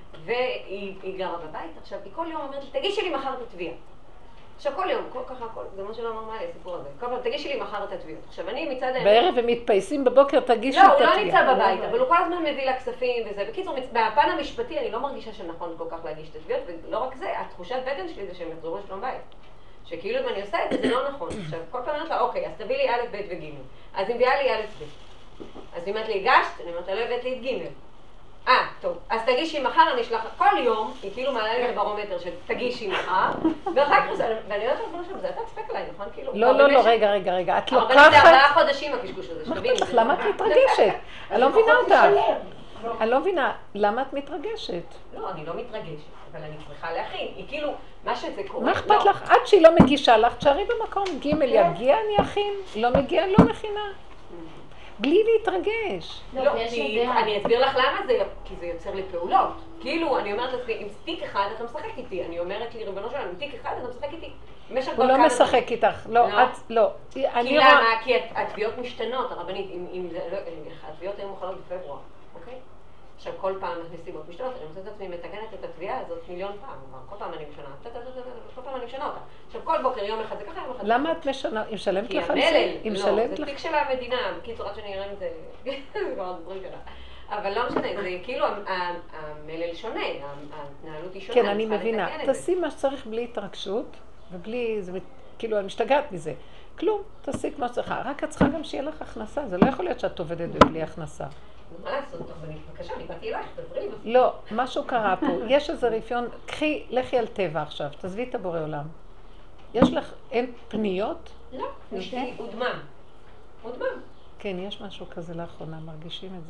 והיא גרה בבית. עכשיו, היא כל יום אומרת לי, תגישי לי מחר את התביעה. עכשיו כל יום, זה מה שלא אמר מה לי, הסיפור הזה. כל פעם, תגישי לי מחר את התביעות. עכשיו אני מצד האמת... בערב הם מתפייסים בבוקר, תגישי את לא, התביעה. הוא לא נמצא בבית, אבל הוא כל הזמן מביא לה כספים וזה. בקיצור, בפן המשפטי אני לא מרגישה שנכון כל כך להגיש את התביעות, ולא רק זה, התחושת בטן שלי זה שהם יחזרו לשלום בית. שכאילו אם אני עושה את זה, זה לא נכון. עכשיו, כל פעם אומרת לה, אוקיי, אז תביא לי א', ב' וג'. אז היא מביאה לי א', ב'. אז היא אומרת לי, הגשת? אני אומרת לה, לא הבאת לי את ג'. טוב, אז תגישי מחר, אני אשלח לך כל יום, היא כאילו מעלה לי לברומטר של תגישי מחר, ואחר כך זה, ואני אומרת לך, זה אתה תספק עליי, נכון? כאילו, לא, רגע, את לוקחת... אבל זה 4 חודשים הקשקוש הזה, שתביני. למה את מתרגשת? אני לא מבינה אותך. אני לא מבינה, למה את מתרגשת? לא, אני לא מתרגשת, אבל אני צריכה להכין, היא כאילו, מה שזה קורה... מה אכפת לך? עד שהיא לא מגישה לך, תשארי במקום ג' יגיע, אני אכין, לא מגיע, לא מכינה. בלי להתרגש. לא, אני אסביר לך למה זה, כי זה יוצר לי פעולות. כאילו, אני אומרת לעצמי, עם תיק אחד אתה משחק איתי. אני אומרת לי, ריבונו שלנו, עם תיק אחד אתה משחק איתי. הוא לא משחק איתך, לא, את לא. כי למה? כי התביעות משתנות, הרבנית, התביעות היו מוכנות בפברואר, אוקיי? עכשיו כל פעם נסיבות משתנות, אני מוצאת את עצמי מתקנת את התביעה הזאת מיליון פעם, כל פעם אני משנה, כל פעם אני משנה אותה. עכשיו כל בוקר יום אחד זה ככה, יום אחד זה ככה. למה את משנה? היא משלמת לך? כי המלל, לא, זה תיק של המדינה, בקיצור עד שאני אראה אם זה כבר דברים שלה. אבל לא משנה, זה כאילו המלל שונה, ההתנהלות היא שונה. כן, אני מבינה. תעשי מה שצריך בלי התרגשות, ובלי, כאילו אני משתגעת מזה. כלום, תעשי כמו שצריכה. רק את צריכה גם שיהיה לך הכנסה, זה לא יכול להיות שאת עובדת בלי הכנסה. מה לעשות? אבל בבקשה, אני באתי אלייך, תעזרי לי. לא, משהו קרה פה. יש איזה רפיון, לכי על טבע עכשיו, תעזבי את הבורא עולם. יש לך, אין פניות? לא, יש לי עודמם. עודמם. כן, יש משהו כזה לאחרונה, מרגישים את זה.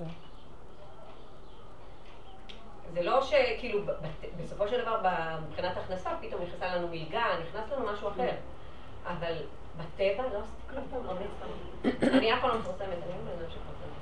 זה לא שכאילו, בסופו של דבר, מבחינת הכנסה, פתאום נכנסה לנו מלגה, נכנס לנו משהו אחר. אבל בטבע לא עשיתי כלום פעם, הרבה צפרים. אני אף פעם לא מפרסמת, אני לא מבינה שפרסמת.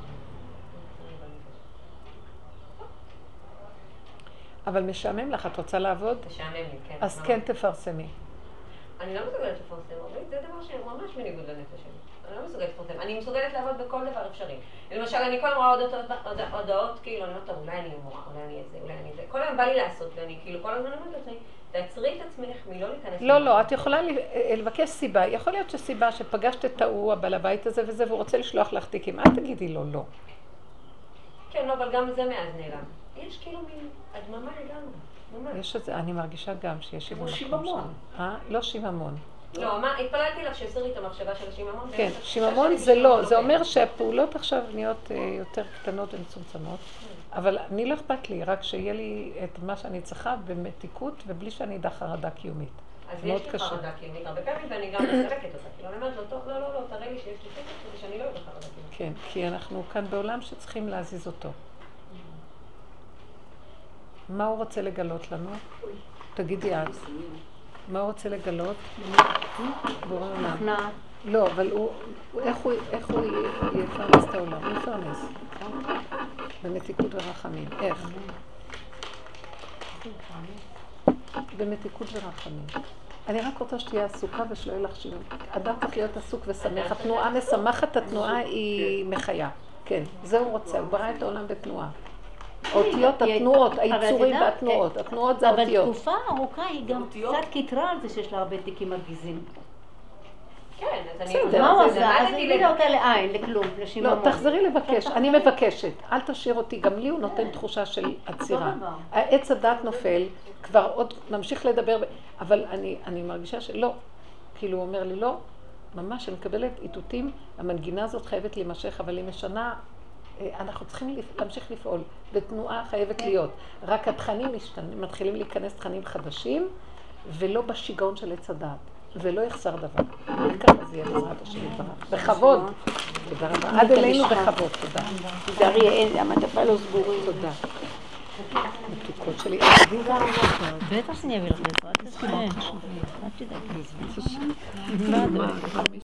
אבל משעמם לך, את רוצה לעבוד? משעמם לי, כן. אז כן תפרסמי. אני לא מסוגלת לפרסם, אבל זה דבר שממש בניגוד לנפש שלי. אני לא מסוגלת לפרסם. אני מסוגלת לעבוד בכל דבר אפשרי. למשל, אני כל הזמן רואה הודעות, כאילו, אני אומרת, אולי אני אמורה, אולי אני זה, אולי אני זה. כל הזמן בא לי לעשות, ואני כאילו כל הזמן אומרת לעצמי, תעצרי את עצמך מלא להיכנס. לא, את יכולה לבקש סיבה. יכול להיות שסיבה שפגשת את ההוא, הבעל הבית הזה וזה, והוא רוצה לשלוח לך תיקים. אל תגידי לו, לא. כן, אבל גם זה מאז נעלם. יש כאילו מין הדממה לגמרי. יש את זה, אני מרגישה גם שיש כמו שיממון. לא שיממון. לא, מה, התפללתי לך שהסיר לי את המחשבה של השיממון. כן, שיממון זה לא, זה אומר שהפעולות עכשיו נהיות יותר קטנות ומצומצמות, אבל אני לא אכפת לי, רק שיהיה לי את מה שאני צריכה במתיקות ובלי שאני אדע חרדה קיומית. אז יש לי חרדה קיומית הרבה פעמים ואני גם מסלקת אותה. כאילו אני אומרת לו, טוב, לא, תראה לי שיש לי שקט כדי שאני לא אדע חרדה קיומית. כן, כי אנחנו כאן בעולם שצריכים להזיז אותו. מה הוא רוצה לגלות לנו? תגידי את. מה הוא רוצה לגלות? בורא עולם. לא, אבל איך הוא יפרנס את העולם? הוא יפרנס. במתיקות ורחמים. איך? במתיקות ורחמים. אני רק רוצה שתהיה עסוקה ושלא יהיה לך שינוי. אדם צריך להיות עסוק ושמח. התנועה משמחת, התנועה היא מחיה. כן, זה הוא רוצה. הוא ברא את העולם בתנועה. האותיות, התנועות, היצורים והתנועות. התנועות זה האותיות. אבל תקופה ארוכה היא גם קצת קיטרה על זה שיש לה הרבה תיקים מרגיזים. כן, אז אני... מה הוא עושה? אז היא הביאה אותה לעין, לכלום, לשיממון. לא, תחזרי לבקש. אני מבקשת. אל תשאיר אותי. גם לי הוא נותן תחושה של עצירה. העץ הדת נופל, כבר עוד ממשיך לדבר, אבל אני מרגישה שלא. כאילו הוא אומר לי, לא, ממש, אני מקבלת איתותים, המנגינה הזאת חייבת להימשך, אבל היא משנה, אנחנו צריכים להמשיך לפעול, בתנועה חייבת להיות. רק התכנים מתחילים להיכנס תכנים חדשים, ולא בשיגעון של עץ הדת, ולא יחסר דבר. וככה זה יהיה בעזרת השם יתברך. בכבוד. תודה רבה. עד אלינו בכבוד, תודה. תדערי, אין, המדפה לא סגורים. תודה. מתוקות שלי. בטח שאני אביא לך בעזרת השם. אל תדאגי.